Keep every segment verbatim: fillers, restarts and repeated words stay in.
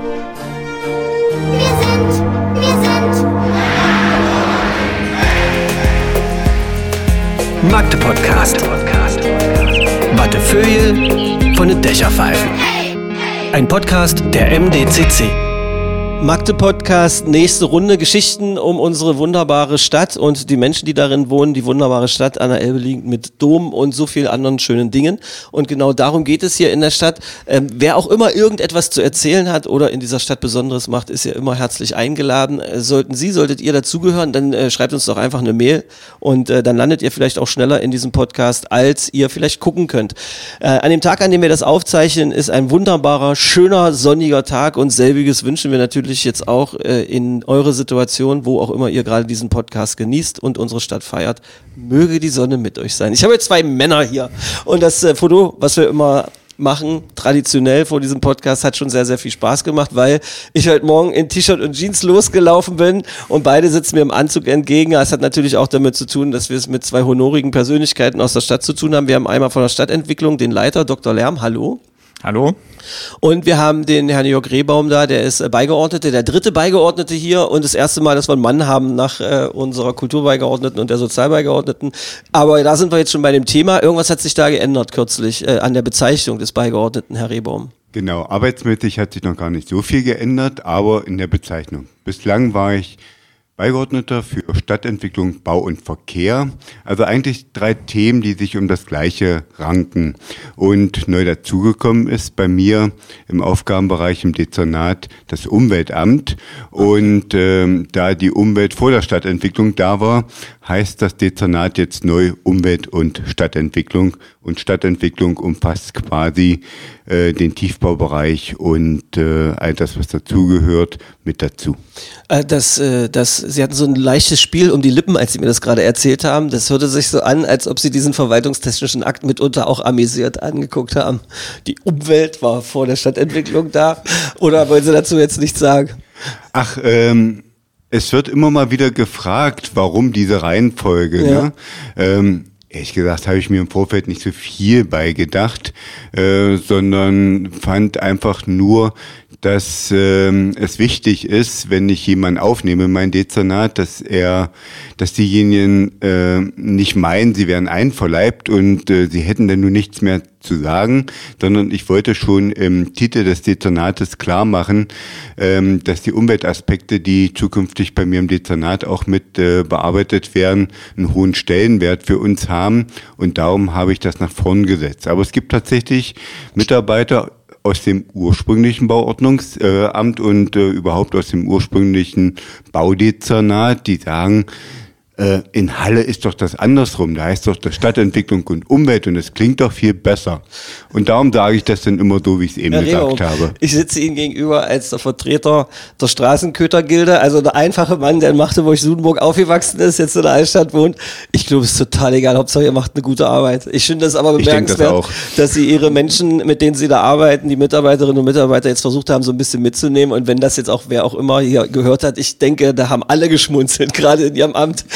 Wir sind, wir sind Magde Podcast. Wattefeuille von den Dächerpfeifen. Ein Podcast der M D C C. Magde Podcast, nächste Runde, Geschichten um unsere wunderbare Stadt und die Menschen, die darin wohnen, die wunderbare Stadt an der Elbe liegend mit Dom und so vielen anderen schönen Dingen. Und genau darum geht es hier in der Stadt. Ähm, wer auch immer irgendetwas zu erzählen hat oder in dieser Stadt Besonderes macht, ist ja immer herzlich eingeladen. Äh, sollten Sie, solltet ihr dazugehören, dann äh, schreibt uns doch einfach eine Mail und äh, dann landet ihr vielleicht auch schneller in diesem Podcast, als ihr vielleicht gucken könnt. Äh, an dem Tag, an dem wir das aufzeichnen, ist ein wunderbarer, schöner, sonniger Tag und selbiges wünschen wir natürlich jetzt auch äh, in eure Situation, wo auch immer ihr gerade diesen Podcast genießt und unsere Stadt feiert. Möge die Sonne mit euch sein. Ich habe jetzt zwei Männer hier und das äh, Foto, was wir immer machen, traditionell vor diesem Podcast, hat schon sehr, sehr viel Spaß gemacht, weil ich heute Morgen in T-Shirt und Jeans losgelaufen bin und beide sitzen mir im Anzug entgegen. Es hat natürlich auch damit zu tun, dass wir es mit zwei honorigen Persönlichkeiten aus der Stadt zu tun haben. Wir haben einmal von der Stadtentwicklung den Leiter, Doktor Lärm. Hallo. Hallo. Und wir haben den Herrn Jörg Rehbaum da, der ist Beigeordnete, der dritte Beigeordnete hier und das erste Mal, dass wir einen Mann haben nach äh, unserer Kulturbeigeordneten und der Sozialbeigeordneten. Aber da sind wir jetzt schon bei dem Thema. Irgendwas hat sich da geändert kürzlich äh, an der Bezeichnung des Beigeordneten, Herr Rehbaum. Genau, arbeitsmäßig hat sich noch gar nicht so viel geändert, aber in der Bezeichnung. Bislang war ich Beigeordneter für Stadtentwicklung, Bau und Verkehr. Also eigentlich drei Themen, die sich um das Gleiche ranken. Und neu dazugekommen ist bei mir im Aufgabenbereich im Dezernat das Umweltamt. Und ähm, da die Umwelt vor der Stadtentwicklung da war, heißt das Dezernat jetzt neu Umwelt- und Stadtentwicklung. Und Stadtentwicklung umfasst quasi äh, den Tiefbaubereich und äh, all das, was dazugehört, mit dazu. Äh, das, äh, das, Sie hatten so ein leichtes Spiel um die Lippen, als Sie mir das gerade erzählt haben. Das hörte sich so an, als ob Sie diesen verwaltungstechnischen Akt mitunter auch amüsiert angeguckt haben. Die Umwelt war vor der Stadtentwicklung da. Oder wollen Sie dazu jetzt nichts sagen? Ach, ähm, es wird immer mal wieder gefragt, warum diese Reihenfolge, ja. ne? Ähm, Ehrlich gesagt habe ich mir im Vorfeld nicht so viel beigedacht, äh, sondern fand einfach nur, dass ähm, es wichtig ist, wenn ich jemanden aufnehme in mein Dezernat, dass er, dass diejenigen äh, nicht meinen, sie wären einverleibt und äh, sie hätten dann nur nichts mehr zu sagen, sondern ich wollte schon im Titel des Dezernates klar machen, ähm, dass die Umweltaspekte, die zukünftig bei mir im Dezernat auch mit äh, bearbeitet werden, einen hohen Stellenwert für uns haben und darum habe ich das nach vorn gesetzt. Aber es gibt tatsächlich Mitarbeiter aus dem ursprünglichen Bauordnungsamt und äh, überhaupt aus dem ursprünglichen Baudezernat, die sagen, äh, in Halle ist doch das andersrum, da heißt doch das Stadtentwicklung und Umwelt und es klingt doch viel besser. Und darum sage ich das dann immer so, wie ich es eben Herr gesagt Rehbaum, habe. Ich sitze Ihnen gegenüber als der Vertreter der Straßenkötergilde, also der einfache Mann, der in Magdeburg-Sudenburg aufgewachsen ist, jetzt in der Altstadt wohnt. Ich glaube, es ist total egal, Hauptsache ihr macht eine gute Arbeit. Ich finde das aber bemerkenswert, das dass Sie Ihre Menschen, mit denen Sie da arbeiten, die Mitarbeiterinnen und Mitarbeiter jetzt versucht haben, so ein bisschen mitzunehmen und wenn das jetzt auch wer auch immer hier gehört hat, ich denke, da haben alle geschmunzelt, gerade in Ihrem Amt.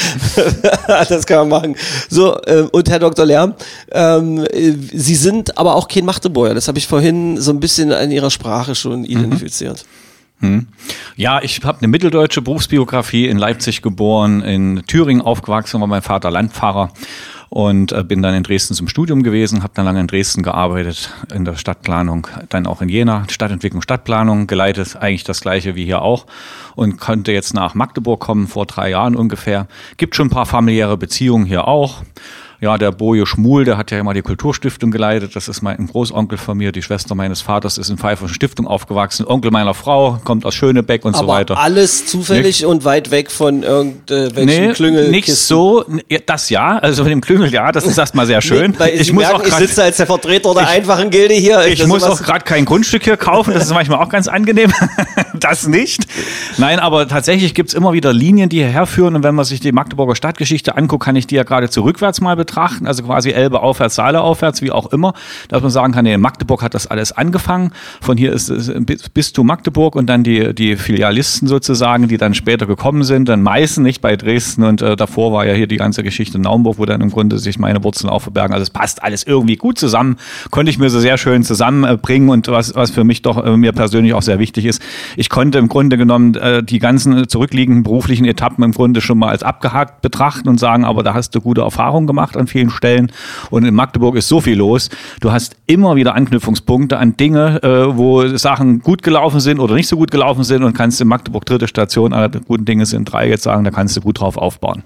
Das kann man machen. So, äh, und Herr Doktor Lärm, ähm, Sie sind aber auch kein Magdeburger. Das habe ich vorhin so ein bisschen in Ihrer Sprache schon identifiziert. Hm. Ja, ich habe eine mitteldeutsche Berufsbiografie, in Leipzig geboren, in Thüringen aufgewachsen, war mein Vater Landpfarrer und äh, bin dann in Dresden zum Studium gewesen, habe dann lange in Dresden gearbeitet, in der Stadtplanung, dann auch in Jena, Stadtentwicklung, Stadtplanung, geleitet, eigentlich das Gleiche wie hier auch und konnte jetzt nach Magdeburg kommen, vor drei Jahren ungefähr. Gibt schon ein paar familiäre Beziehungen hier auch. Ja, der Boje Schmuhl, der hat ja immer die Kulturstiftung geleitet. Das ist mein Großonkel von mir. Die Schwester meines Vaters ist in Pfeifferschen Stiftung aufgewachsen. Onkel meiner Frau kommt aus Schönebeck und aber so weiter. Aber alles zufällig nicht und weit weg von irgendwelchen nee, Klüngelkisten? Nicht so. Das ja, also mit dem Klüngel, ja, das ist erstmal sehr schön. Nee, ich, muss merken, auch grad, ich sitze als der Vertreter der ich, einfachen Gilde hier. Ich muss auch gerade kein Grundstück hier kaufen. Das ist manchmal auch ganz angenehm, das nicht. Nein, aber tatsächlich gibt es immer wieder Linien, die hierher führen. Und wenn man sich die Magdeburger Stadtgeschichte anguckt, kann ich die ja geradezu rückwärts mal betrachten. Also quasi Elbe aufwärts, Saale aufwärts, wie auch immer. Dass man sagen kann, nee, in Magdeburg hat das alles angefangen. Von hier ist es bis zu Magdeburg und dann die, die Filialisten sozusagen, die dann später gekommen sind. Dann meistens nicht bei Dresden und äh, davor war ja hier die ganze Geschichte in Naumburg, wo dann im Grunde sich meine Wurzeln auch verbergen. Also es passt alles irgendwie gut zusammen. Konnte ich mir so sehr schön zusammenbringen und was, was für mich doch äh, mir persönlich auch sehr wichtig ist. Ich konnte im Grunde genommen äh, die ganzen zurückliegenden beruflichen Etappen im Grunde schon mal als abgehakt betrachten und sagen, aber da hast du gute Erfahrungen gemacht an vielen Stellen. Und in Magdeburg ist so viel los. Du hast immer wieder Anknüpfungspunkte an Dinge, äh, wo Sachen gut gelaufen sind oder nicht so gut gelaufen sind und kannst in Magdeburg dritte Station, alle guten Dinge sind drei jetzt sagen, da kannst du gut drauf aufbauen.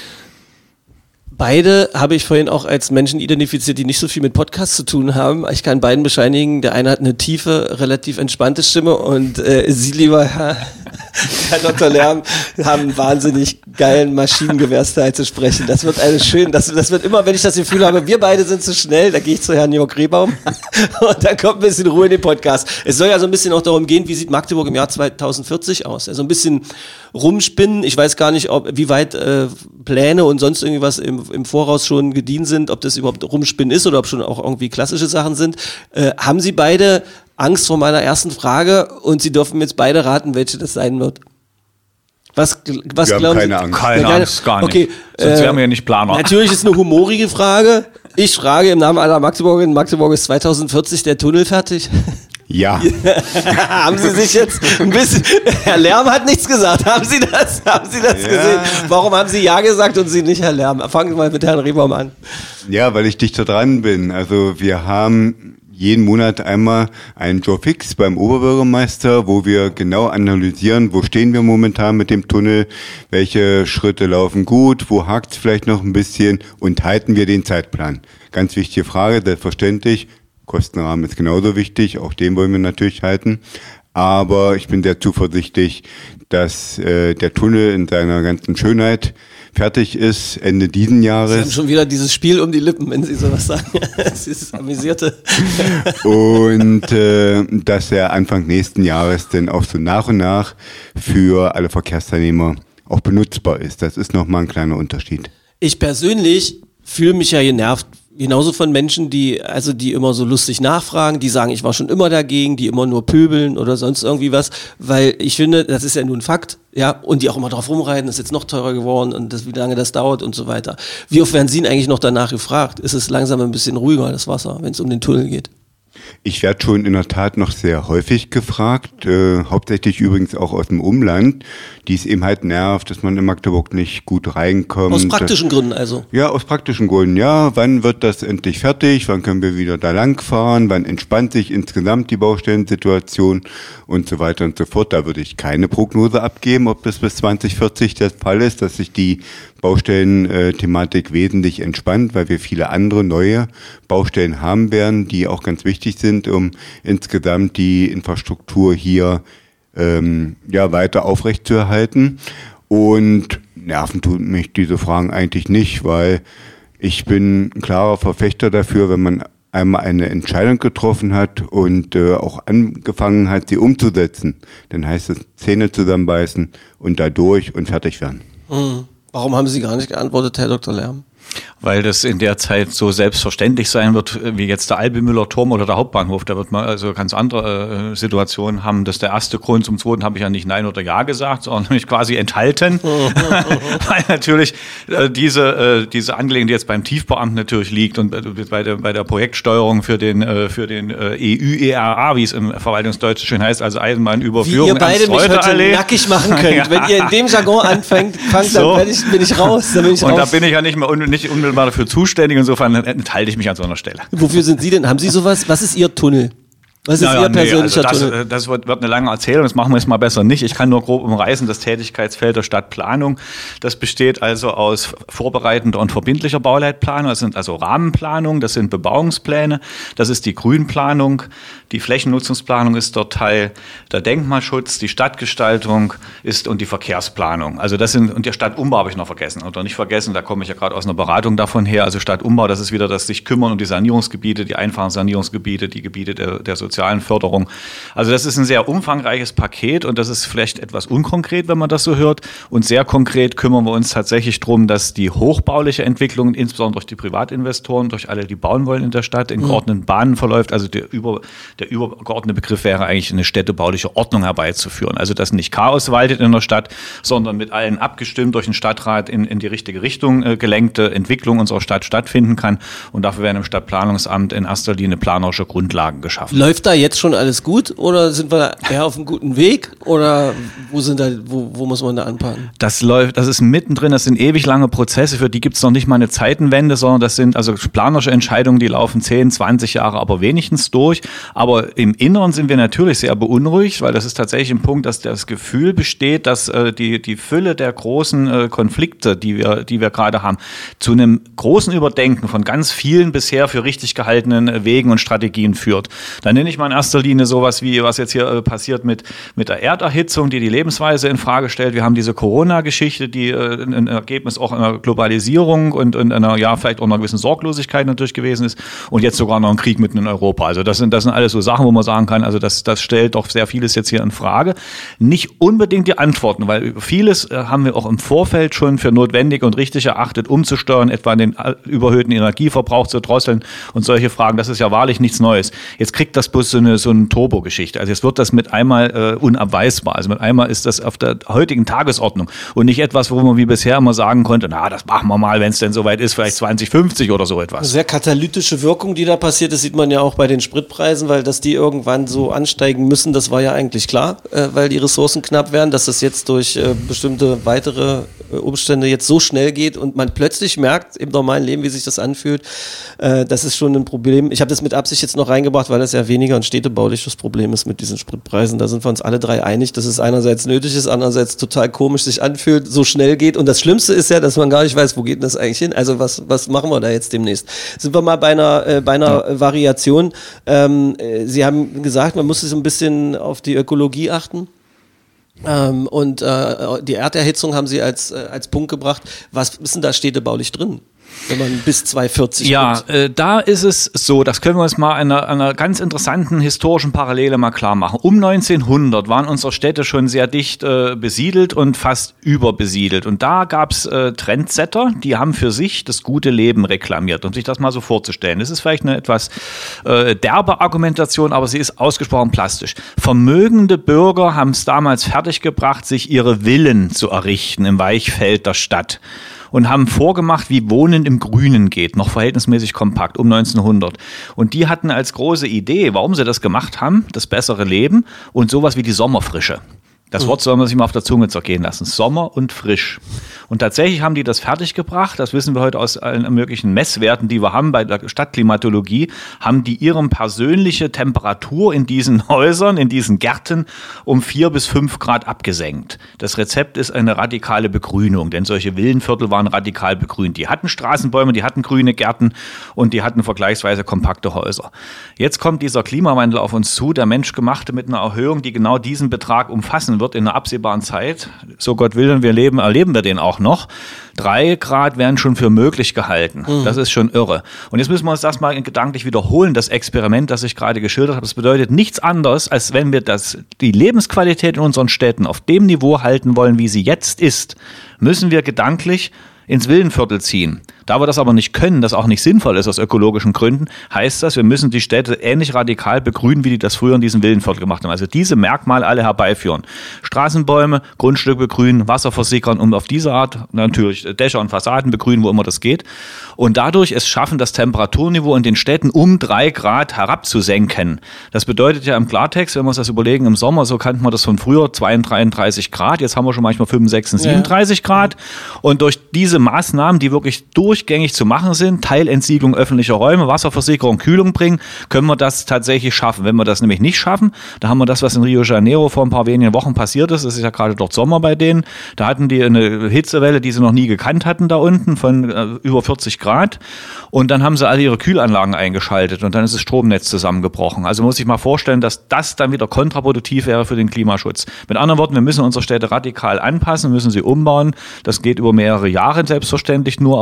Beide habe ich vorhin auch als Menschen identifiziert, die nicht so viel mit Podcasts zu tun haben. Ich kann beiden bescheinigen, der eine hat eine tiefe, relativ entspannte Stimme und äh, Sie, lieber Herr, Herr Doktor Lärm, haben einen wahnsinnig geilen Maschinengewehrsstyle zu sprechen. Das wird alles schön. Das, das wird immer, wenn ich das Gefühl habe, wir beide sind zu schnell, da gehe ich zu Herrn Jörg Rehbaum und dann kommt ein bisschen Ruhe in den Podcast. Es soll ja so ein bisschen auch darum gehen, wie sieht Magdeburg im Jahr zweitausendvierzig aus? Also ein bisschen rumspinnen. Ich weiß gar nicht, ob wie weit äh, Pläne und sonst irgendwie was im, im Voraus schon gedient sind, ob das überhaupt rumspinnen ist oder ob schon auch irgendwie klassische Sachen sind. Äh, haben Sie beide Angst vor meiner ersten Frage und Sie dürfen jetzt beide raten, welche das sein wird? Was, was wir haben glauben keine Sie? Angst. Keine Ja, keine- Angst, gar nicht. Okay, Sonst äh, wären wir ja nicht Planer. Natürlich ist eine humorige Frage. Ich frage im Namen aller Magdeburger, in Magdeburg ist zweitausendvierzig der Tunnel fertig. Ja, Haben Sie sich jetzt ein bisschen, Herr Lärm hat nichts gesagt, haben Sie das, haben Sie das Ja. gesehen? Warum haben Sie Ja gesagt und Sie nicht, Herr Lärm? Fangen Sie mal mit Herrn Rehbaum an. ja, weil ich dichter dran bin. Also wir haben jeden Monat einmal einen Joe Fix beim Oberbürgermeister, wo wir genau analysieren, wo stehen wir momentan mit dem Tunnel, welche Schritte laufen gut, wo hakt es vielleicht noch ein bisschen und halten wir den Zeitplan. Ganz wichtige Frage, selbstverständlich. Kostenrahmen ist genauso wichtig, auch den wollen wir natürlich halten. Aber ich bin sehr zuversichtlich, dass äh, der Tunnel in seiner ganzen Schönheit fertig ist, Ende diesen Sie haben Jahres. schon wieder dieses Spiel um die Lippen, wenn Sie sowas sagen. Dieses amüsierte. Und äh, dass er Anfang nächsten Jahres dann auch so nach und nach für alle Verkehrsteilnehmer auch benutzbar ist. Das ist nochmal ein kleiner Unterschied. Ich persönlich fühle mich ja genervt, genauso von Menschen, die also die immer so lustig nachfragen, die sagen, ich war schon immer dagegen, die immer nur pöbeln oder sonst irgendwie was, weil ich finde, das ist ja nun ein Fakt, ja, und die auch immer drauf rumreiten, das ist jetzt noch teurer geworden und das, wie lange das dauert und so weiter. Wie oft werden Sie denn eigentlich noch danach gefragt? Ist es langsam ein bisschen ruhiger, das Wasser, wenn es um den Tunnel geht? Ich werde schon in der Tat noch sehr häufig gefragt, äh, hauptsächlich übrigens auch aus dem Umland, die es eben halt nervt, dass man in Magdeburg nicht gut reinkommt. Aus praktischen Gründen also. Ja, aus praktischen Gründen, ja. Wann wird das endlich fertig? Wann können wir wieder da langfahren? Wann entspannt sich insgesamt die Baustellensituation und so weiter und so fort? Da würde ich keine Prognose abgeben, ob das bis zwanzig vierzig der Fall ist, dass sich die Baustellenthematik wesentlich entspannt, weil wir viele andere neue Baustellen haben werden, die auch ganz wichtig sind, um insgesamt die Infrastruktur hier ähm, ja weiter aufrechtzuerhalten. Und nerven tun mich diese Fragen eigentlich nicht, weil ich bin ein klarer Verfechter dafür, wenn man einmal eine Entscheidung getroffen hat und äh, auch angefangen hat, sie umzusetzen, dann heißt es Zähne zusammenbeißen und da durch und fertig werden. Mhm. Warum haben Sie gar nicht geantwortet, Herr Doktor Lärm? Weil das in der Zeit so selbstverständlich sein wird, wie jetzt der Albemüller Turm oder der Hauptbahnhof. Da wird man also ganz andere äh, Situationen haben. Das ist der erste Grund. Zum zweiten habe ich ja nicht Nein oder Ja gesagt, sondern nämlich quasi enthalten. Weil natürlich äh, diese, äh, diese Angelegenheit, die jetzt beim Tiefbauamt natürlich liegt und bei der, bei der Projektsteuerung für den, äh, für den äh, E Ü E R A, wie es im Verwaltungsdeutsch schön heißt, also Eisenbahnüberführung. Wie ihr beide mich heute nackig machen könnt. Ja. Wenn ihr in dem Jargon anfängt, fangt, So. dann bin ich, bin ich raus. Dann bin ich Und raus. da bin ich ja nicht mehr un nicht unmittelbar dafür zuständig. Insofern enthalte ich mich an so einer Stelle. Wofür sind Sie denn? Haben Sie sowas? Was ist Ihr Tunnel? Was ist Ja, ja, Ihr nee, persönlicher also das, Tunnel? äh, das wird, wird eine lange Erzählung, das machen wir jetzt mal besser nicht. Ich kann nur grob umreißen das Tätigkeitsfeld der Stadtplanung. Das besteht also aus vorbereitender und verbindlicher Bauleitplanung. Das sind also Rahmenplanungen, das sind Bebauungspläne, das ist die Grünplanung, die Flächennutzungsplanung ist dort Teil, der Denkmalschutz, die Stadtgestaltung ist und die Verkehrsplanung. Also das sind, und der Stadtumbau habe ich noch vergessen oder nicht vergessen, da komme ich ja gerade aus einer Beratung davon her. Also Stadtumbau, das ist wieder das sich kümmern um die Sanierungsgebiete, die einfachen Sanierungsgebiete, die Gebiete der, der so sozialen Förderung. Also das ist ein sehr umfangreiches Paket und das ist vielleicht etwas unkonkret, wenn man das so hört. Und sehr konkret kümmern wir uns tatsächlich darum, dass die hochbauliche Entwicklung, insbesondere durch die Privatinvestoren, durch alle, die bauen wollen in der Stadt, in geordneten Bahnen verläuft. Also der, über, der übergeordnete Begriff wäre eigentlich eine städtebauliche Ordnung herbeizuführen. Also dass nicht Chaos waltet in der Stadt, sondern mit allen abgestimmt durch den Stadtrat in, in die richtige Richtung äh, gelenkte Entwicklung unserer Stadt stattfinden kann. Und dafür werden im Stadtplanungsamt in erster Linie planerische Grundlagen geschaffen. Läuft da jetzt schon alles gut oder sind wir eher auf einem guten Weg oder wo sind da, wo, wo muss man da anpacken? Das läuft, das ist mittendrin, das sind ewig lange Prozesse, für die gibt es noch nicht mal eine Zeitenwende, sondern das sind also planerische Entscheidungen, die laufen zehn, zwanzig Jahre, aber wenigstens durch. Aber im Inneren sind wir natürlich sehr beunruhigt, weil das ist tatsächlich ein Punkt, dass das Gefühl besteht, dass äh, die, die Fülle der großen äh, Konflikte, die wir, die wir gerade haben, zu einem großen Überdenken von ganz vielen bisher für richtig gehaltenen äh, Wegen und Strategien führt. Da nenne ich mal in erster Linie sowas wie, was jetzt hier äh, passiert mit, mit der Erderhitzung, die die Lebensweise in Frage stellt. Wir haben diese Corona-Geschichte, die äh, ein Ergebnis auch einer Globalisierung und, und einer, ja, vielleicht auch einer gewissen Sorglosigkeit natürlich gewesen ist und jetzt sogar noch ein Krieg mitten in Europa. Also das sind, das sind alles so Sachen, wo man sagen kann, also das, das stellt doch sehr vieles jetzt hier in Frage. Nicht unbedingt die Antworten, weil vieles äh, haben wir auch im Vorfeld schon für notwendig und richtig erachtet, umzusteuern, etwa den überhöhten Energieverbrauch zu drosseln und solche Fragen. Das ist ja wahrlich nichts Neues. Jetzt kriegt das bloß so eine, so eine Turbo-Geschichte. Also jetzt wird das mit einmal äh, unabweisbar. Also mit einmal ist das auf der heutigen Tagesordnung und nicht etwas, wo man wie bisher immer sagen konnte, na, das machen wir mal, wenn es denn soweit ist, vielleicht zwanzig fünfzig oder so etwas. Sehr katalytische Wirkung, die da passiert, das sieht man ja auch bei den Spritpreisen, weil dass die irgendwann so ansteigen müssen, das war ja eigentlich klar, äh, weil die Ressourcen knapp werden, dass das jetzt durch äh, bestimmte weitere äh, Umstände jetzt so schnell geht und man plötzlich merkt im normalen Leben, wie sich das anfühlt, äh, das ist schon ein Problem. Ich habe das mit Absicht jetzt noch reingebracht, weil das ja weniger ein städtebauliches Problem ist mit diesen Spritpreisen. Da sind wir uns alle drei einig, dass es einerseits nötig ist, andererseits total komisch sich anfühlt, so schnell geht. Und das Schlimmste ist ja, dass man gar nicht weiß, wo geht denn das eigentlich hin? Also was, was machen wir da jetzt demnächst? Sind wir mal bei einer, äh, bei einer ja. Variation. Ähm, äh, Sie haben gesagt, man muss so ein bisschen auf die Ökologie achten. Ähm, und äh, die Erderhitzung haben Sie als, äh, als Punkt gebracht. Was ist denn da städtebaulich drin? Wenn man bis zweitausendvierzig Ja, äh, da ist es so, das können wir uns mal an einer, einer ganz interessanten historischen Parallele mal klar machen. Um neunzehnhundert waren unsere Städte schon sehr dicht äh, besiedelt und fast überbesiedelt. Und da gab es äh, Trendsetter, die haben für sich das gute Leben reklamiert, um sich das mal so vorzustellen. Das ist vielleicht eine etwas äh, derbe Argumentation, aber sie ist ausgesprochen plastisch. Vermögende Bürger haben es damals fertiggebracht, sich ihre Villen zu errichten im Weichfeld der Stadt. Und haben vorgemacht, wie Wohnen im Grünen geht, noch verhältnismäßig kompakt, um neunzehnhundert. Und die hatten als große Idee, warum sie das gemacht haben, das bessere Leben und sowas wie die Sommerfrische. Das Wort soll man sich mal auf der Zunge zergehen lassen. Sommer und frisch. Und tatsächlich haben die das fertiggebracht. Das wissen wir heute aus allen möglichen Messwerten, die wir haben bei der Stadtklimatologie. Haben die ihre persönliche Temperatur in diesen Häusern, in diesen Gärten um vier bis fünf Grad abgesenkt. Das Rezept ist eine radikale Begrünung, denn solche Villenviertel waren radikal begrünt. Die hatten Straßenbäume, die hatten grüne Gärten und die hatten vergleichsweise kompakte Häuser. Jetzt kommt dieser Klimawandel auf uns zu, der menschgemachte mit einer Erhöhung, die genau diesen Betrag umfassen wird in einer absehbaren Zeit, so Gott will und wir leben, erleben wir den auch noch. Drei Grad werden schon für möglich gehalten. Mhm. Das ist schon irre. Und jetzt müssen wir uns das mal gedanklich wiederholen, das Experiment, das ich gerade geschildert habe. Das bedeutet nichts anderes, als wenn wir das, die Lebensqualität in unseren Städten auf dem Niveau halten wollen, wie sie jetzt ist, müssen wir gedanklich ins Villenviertel ziehen. Da wir das aber nicht können, das auch nicht sinnvoll ist aus ökologischen Gründen, heißt das, wir müssen die Städte ähnlich radikal begrünen, wie die das früher in diesem Villenviertel gemacht haben. Also diese Merkmale alle herbeiführen. Straßenbäume, Grundstück begrünen, Wasser versickern und auf diese Art natürlich Dächer und Fassaden begrünen, wo immer das geht. Und dadurch es schaffen, das Temperaturniveau in den Städten um drei Grad herabzusenken. Das bedeutet ja im Klartext, wenn wir uns das überlegen, im Sommer, so kannten wir das von früher, zweiunddreißig Grad, jetzt haben wir schon manchmal fünfundsechzig, siebenunddreißig Grad. Und durch diese Maßnahmen, die wirklich durchgängig zu machen sind, Teilentsiedlung öffentlicher Räume, Wasserversickerung, Kühlung bringen, können wir das tatsächlich schaffen. Wenn wir das nämlich nicht schaffen, da haben wir das, was in Rio de Janeiro vor ein paar wenigen Wochen passiert ist, es ist ja gerade dort Sommer bei denen, da hatten die eine Hitzewelle, die sie noch nie gekannt hatten da unten, von äh, über vierzig Grad und dann haben sie alle ihre Kühlanlagen eingeschaltet und dann ist das Stromnetz zusammengebrochen. Also muss ich mal vorstellen, dass das dann wieder kontraproduktiv wäre für den Klimaschutz. Mit anderen Worten, wir müssen unsere Städte radikal anpassen, müssen sie umbauen, das geht über mehrere Jahre selbstverständlich nur, aber das ist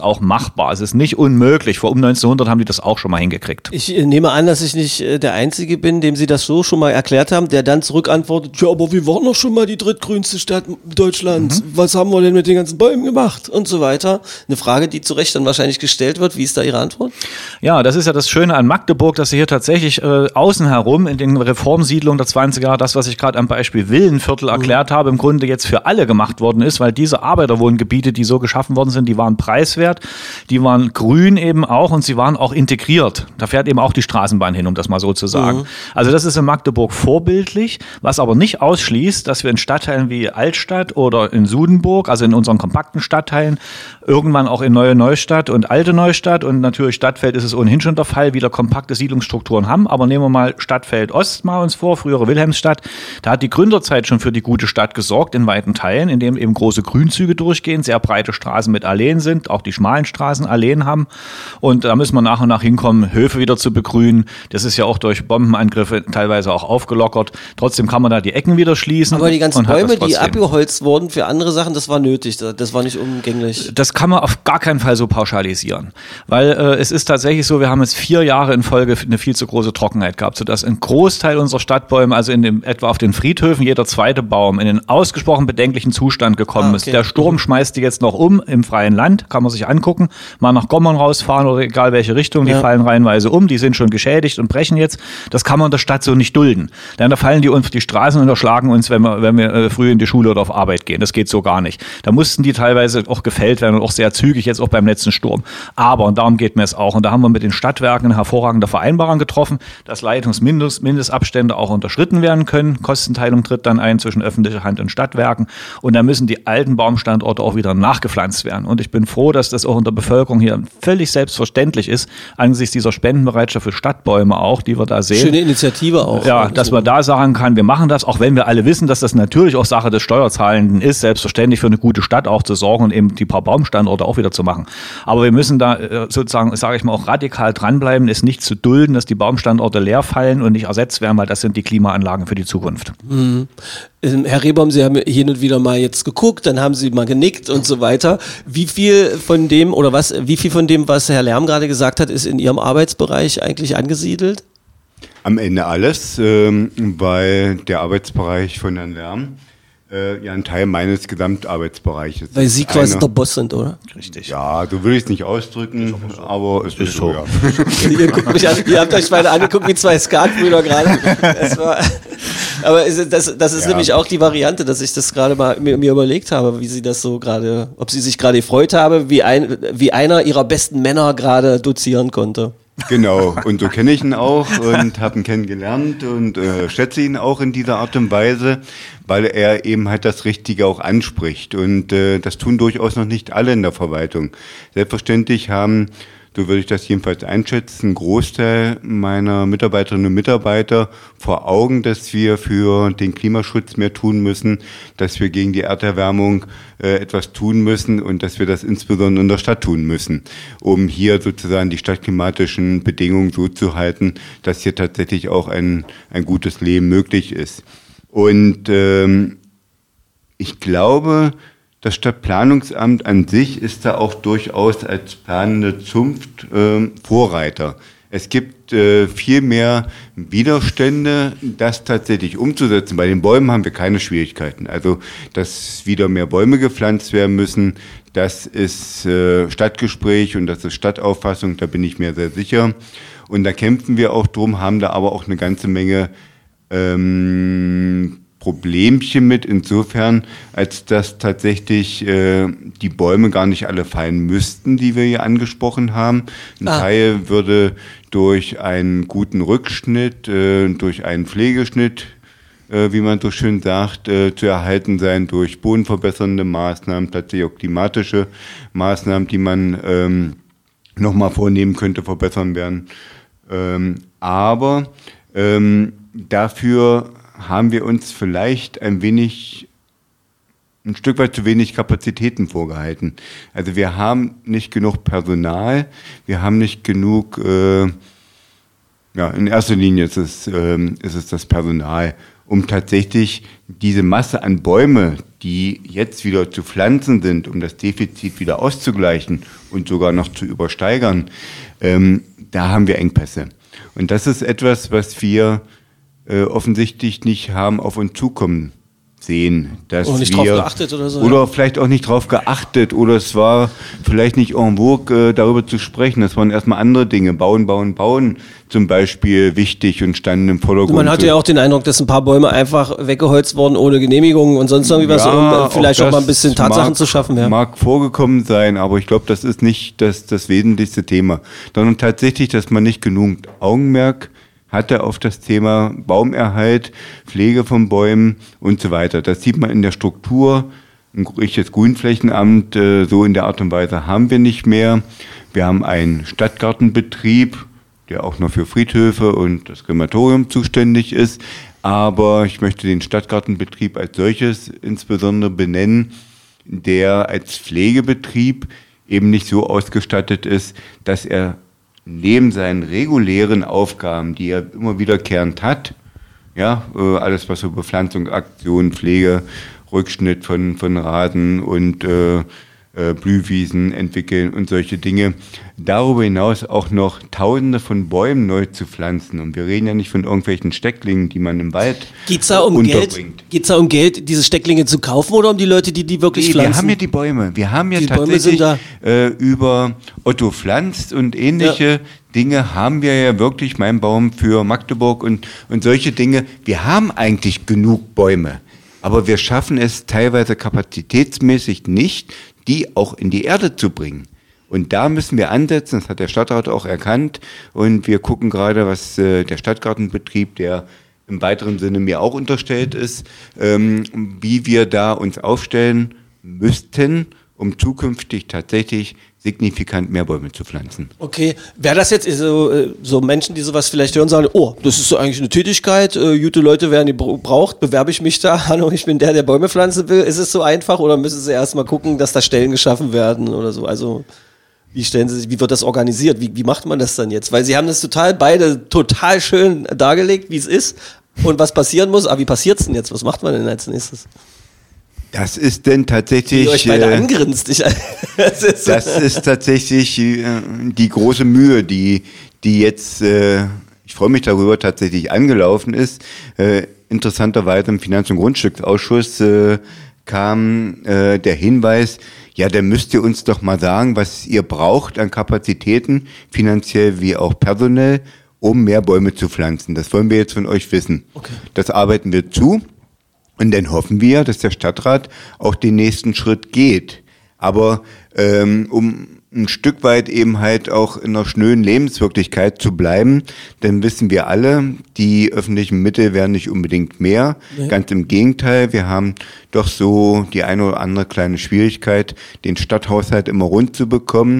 auch machbar. Es ist nicht unmöglich. Vor um neunzehnhundert haben die das auch schon mal hingekriegt. Ich äh, nehme an, dass ich nicht äh, der Einzige bin, dem Sie das so schon mal erklärt haben, der dann zurückantwortet, ja, aber wir waren doch schon mal die drittgrünste Stadt Deutschlands. Mhm. Was haben wir denn mit den ganzen Bäumen gemacht? Und so weiter. Eine Frage, die zu Recht dann wahrscheinlich gestellt wird. Wie ist da Ihre Antwort? Ja, das ist ja das Schöne an Magdeburg, dass sie hier tatsächlich äh, außen herum in den Reformsiedlungen der zwanziger Jahre, das, was ich gerade am Beispiel Villenviertel erklärt mhm. habe, im Grunde jetzt für alle gemacht worden ist, weil diese Arbeiterwohngebiete, die so geschaffen worden sind, die waren preiswert, die waren grün eben auch und sie waren auch integriert. Da fährt eben auch die Straßenbahn hin, um das mal so zu sagen. Mhm. Also das ist in Magdeburg vorbildlich, was aber nicht ausschließt, dass wir in Stadtteilen wie Altstadt oder in Sudenburg, also in unseren kompakten Stadtteilen, irgendwann auch in Neue Neustadt und Alte Neustadt und natürlich Stadtfeld ist es ohnehin schon der Fall, wieder kompakte Siedlungsstrukturen haben. Aber nehmen wir mal Stadtfeld Ost mal uns vor, frühere Wilhelmsstadt. Da hat die Gründerzeit schon für die gute Stadt gesorgt in weiten Teilen, indem eben große Grünzüge durchgehen, sehr breite Straßen mit Alleen sind, auch die schmalen Straßen Alleen haben. Und da müssen wir nach und nach hinkommen, Höfe wieder zu begrünen. Das ist ja auch durch Bombenangriffe teilweise auch aufgelockert. Trotzdem kann man da die Ecken wieder schließen. Aber die ganzen Bäume, die abgeholzt wurden für andere Sachen, das war nötig. Das war nicht umgänglich. Das kann man auf gar keinen Fall so pauschalisieren. Weil äh, es ist tatsächlich so, wir haben jetzt vier Jahre in Folge eine viel zu große Trockenheit gehabt, sodass ein Großteil unserer Stadtbäume, also in dem, etwa auf den Friedhöfen, jeder zweite Baum in den ausgesprochen bedenklichen Zustand gekommen ah, okay. ist. Der Sturm schmeißt die jetzt noch um im freien Land, kann man sich angucken, mal nach Gommern rausfahren oder egal welche Richtung, die ja. fallen reihenweise um, die sind schon geschädigt und brechen jetzt. Das kann man in der Stadt so nicht dulden. Denn da fallen die uns auf die Straßen und erschlagen uns, wenn wir, wenn wir äh, früh in die Schule oder auf Arbeit gehen. Das geht so gar nicht. Da mussten die teilweise auch gefällt werden und auch sehr zügig, jetzt auch beim letzten Sturm. Aber, und darum geht mir es auch, und da haben wir mit den Stadtwerken eine hervorragende Vereinbarung getroffen, dass Leitungsmindestabstände auch unterschritten werden können. Kostenteilung tritt dann ein zwischen öffentlicher Hand und Stadtwerken. Und da müssen die alten Baumstandorte auch wieder nachgepflanzt werden. Und ich bin froh, dass das auch in der Bevölkerung hier völlig selbstverständlich ist, angesichts dieser Spendenbereitschaft für Stadtbäume auch, die wir da sehen. Schöne Initiative auch. Ja, dass man da sagen kann, wir machen das, auch wenn wir alle wissen, dass das natürlich auch Sache des Steuerzahlenden ist, selbstverständlich für eine gute Stadt auch zu sorgen und eben die paar Baumstandorte auch wieder zu machen. Aber wir müssen da sozusagen, sage ich mal, auch radikal dranbleiben, es nicht zu dulden, dass die Baumstandorte leer fallen und nicht ersetzt werden, weil das sind die Klimaanlagen für die Zukunft. Mhm. Herr Rehbaum, Sie haben hin und wieder mal jetzt geguckt, dann haben Sie mal genickt und so weiter. Wie viel von dem oder was, wie viel von dem, was Herr Lärm gerade gesagt hat, ist in Ihrem Arbeitsbereich eigentlich angesiedelt? Am Ende alles, ähm, weil der Arbeitsbereich von Herrn Lärm äh, ja ein Teil meines Gesamtarbeitsbereiches ist. Weil Sie quasi der Boss sind, oder? Richtig. Ja, so will ich es nicht ausdrücken, so. aber es ist, ist so. so ja. ihr, guckt mich an, ihr habt euch beide angeguckt wie zwei Skatbrüder gerade. Das war, aber ist, das, das ist ja. nämlich auch die Variante, dass ich das gerade mal mir, mir überlegt habe, wie Sie das so gerade, ob Sie sich gerade gefreut haben, wie, ein, wie einer Ihrer besten Männer gerade dozieren konnte. Genau, und so kenne ich ihn auch und habe ihn kennengelernt und äh, schätze ihn auch in dieser Art und Weise, weil er eben halt das Richtige auch anspricht. Und äh, das tun durchaus noch nicht alle in der Verwaltung. Selbstverständlich haben, so würde ich das jedenfalls einschätzen, ein Großteil meiner Mitarbeiterinnen und Mitarbeiter vor Augen, dass wir für den Klimaschutz mehr tun müssen, dass wir gegen die Erderwärmung äh, etwas tun müssen und dass wir das insbesondere in der Stadt tun müssen, um hier sozusagen die stadtklimatischen Bedingungen so zu halten, dass hier tatsächlich auch ein, ein gutes Leben möglich ist. Und ähm, ich glaube, das Stadtplanungsamt an sich ist da auch durchaus als planende Zunft äh, Vorreiter. Es gibt äh, viel mehr Widerstände, das tatsächlich umzusetzen. Bei den Bäumen haben wir keine Schwierigkeiten. Also, dass wieder mehr Bäume gepflanzt werden müssen, das ist äh, Stadtgespräch und das ist Stadtauffassung, da bin ich mir sehr sicher. Und da kämpfen wir auch drum, haben da aber auch eine ganze Menge ähm, Problemchen mit, insofern, als dass tatsächlich äh, die Bäume gar nicht alle fallen müssten, die wir hier angesprochen haben. Ein ah. Teil würde durch einen guten Rückschnitt, äh, durch einen Pflegeschnitt, äh, wie man so schön sagt, äh, zu erhalten sein, durch bodenverbessernde Maßnahmen, tatsächlich auch klimatische Maßnahmen, die man ähm, nochmal vornehmen könnte, verbessern werden. Ähm, aber ähm, dafür haben wir uns vielleicht ein wenig, ein Stück weit zu wenig Kapazitäten vorgehalten. Also wir haben nicht genug Personal, wir haben nicht genug, äh, ja, in erster Linie ist es, äh, ist es das Personal. um tatsächlich diese Masse an Bäume, die jetzt wieder zu pflanzen sind, um das Defizit wieder auszugleichen und sogar noch zu übersteigern, ähm, da haben wir Engpässe. Und das ist etwas, was wir äh, offensichtlich nicht haben auf uns zukommen sehen. Dass oder nicht wir, drauf geachtet oder so. Oder ja. vielleicht auch nicht drauf geachtet oder es war vielleicht nicht en vogue, äh, darüber zu sprechen. Das waren erstmal andere Dinge. Bauen, bauen, bauen zum Beispiel wichtig und standen im Vordergrund. Man hatte ja auch den Eindruck, dass ein paar Bäume einfach weggeholzt wurden ohne Genehmigung und sonst irgendwie was, Ja, um vielleicht auch, auch mal ein bisschen Tatsachen mag, zu schaffen. Ja. Mag vorgekommen sein, aber ich glaube, das ist nicht das, das wesentlichste Thema. Sondern tatsächlich, dass man nicht genug Augenmerk hatte auf das Thema Baumerhalt, Pflege von Bäumen und so weiter. Das sieht man in der Struktur. Ein richtiges Grünflächenamt, äh, so in der Art und Weise haben wir nicht mehr. Wir haben einen Stadtgartenbetrieb, der auch noch für Friedhöfe und das Krematorium zuständig ist. Aber ich möchte den Stadtgartenbetrieb als solches insbesondere benennen, der als Pflegebetrieb eben nicht so ausgestattet ist, dass er neben seinen regulären Aufgaben, die er immer wiederkehrend hat, ja, äh, alles was so Bepflanzung, Aktion, Pflege, Rückschnitt von, von Rasen und äh, äh, Blühwiesen entwickeln und solche Dinge, darüber hinaus auch noch Tausende von Bäumen neu zu pflanzen. Und wir reden ja nicht von irgendwelchen Stecklingen, die man im Wald Geht's da um unterbringt. Geld? Geht's da um Geld, diese Stecklinge zu kaufen oder um die Leute, die die wirklich Nee, pflanzen? wir haben ja die Bäume. Wir haben ja Die Bäume tatsächlich sind da. äh, über Otto Pflanzt und ähnliche Ja. Dinge haben wir ja wirklich, mein Baum für Magdeburg und, und solche Dinge. Wir haben eigentlich genug Bäume, aber wir schaffen es teilweise kapazitätsmäßig nicht, die auch in die Erde zu bringen. Und da müssen wir ansetzen, das hat der Stadtrat auch erkannt. Und wir gucken gerade, was äh, der Stadtgartenbetrieb, der im weiteren Sinne mir auch unterstellt ist, ähm, wie wir da uns aufstellen müssten, um zukünftig tatsächlich signifikant mehr Bäume zu pflanzen. Okay, wäre das jetzt so, äh, so Menschen, die sowas vielleicht hören, sagen, oh, das ist so eigentlich eine Tätigkeit, äh, gute Leute werden die braucht, bewerbe ich mich da, hallo, ich bin der, der Bäume pflanzen will, ist es so einfach oder müssen sie erstmal gucken, dass da Stellen geschaffen werden oder so, also wie stellen sie sich, wie wird das organisiert, wie, wie macht man das dann jetzt, weil sie haben das total beide total schön dargelegt, wie es ist und was passieren muss, aber wie passiert es denn jetzt, was macht man denn als nächstes? Das ist denn tatsächlich... Wie ihr euch beide äh, angrinst. Ich, das ist, Das ist tatsächlich äh, die große Mühe, die, die jetzt, äh, ich freue mich darüber, tatsächlich angelaufen ist. Äh, interessanterweise im Finanz- und Grundstücksausschuss äh, kam äh, der Hinweis, ja, dann müsst ihr uns doch mal sagen, was ihr braucht an Kapazitäten, finanziell wie auch personell, um mehr Bäume zu pflanzen. Das wollen wir jetzt von euch wissen. Okay. Das arbeiten wir zu. Und dann hoffen wir, dass der Stadtrat auch den nächsten Schritt geht. Aber ähm, um ein Stück weit eben halt auch in einer schnöden Lebenswirklichkeit zu bleiben, dann wissen wir alle, die öffentlichen Mittel werden nicht unbedingt mehr. Nee. Ganz im Gegenteil, wir haben doch so die eine oder andere kleine Schwierigkeit, den Stadthaushalt immer rund zu bekommen.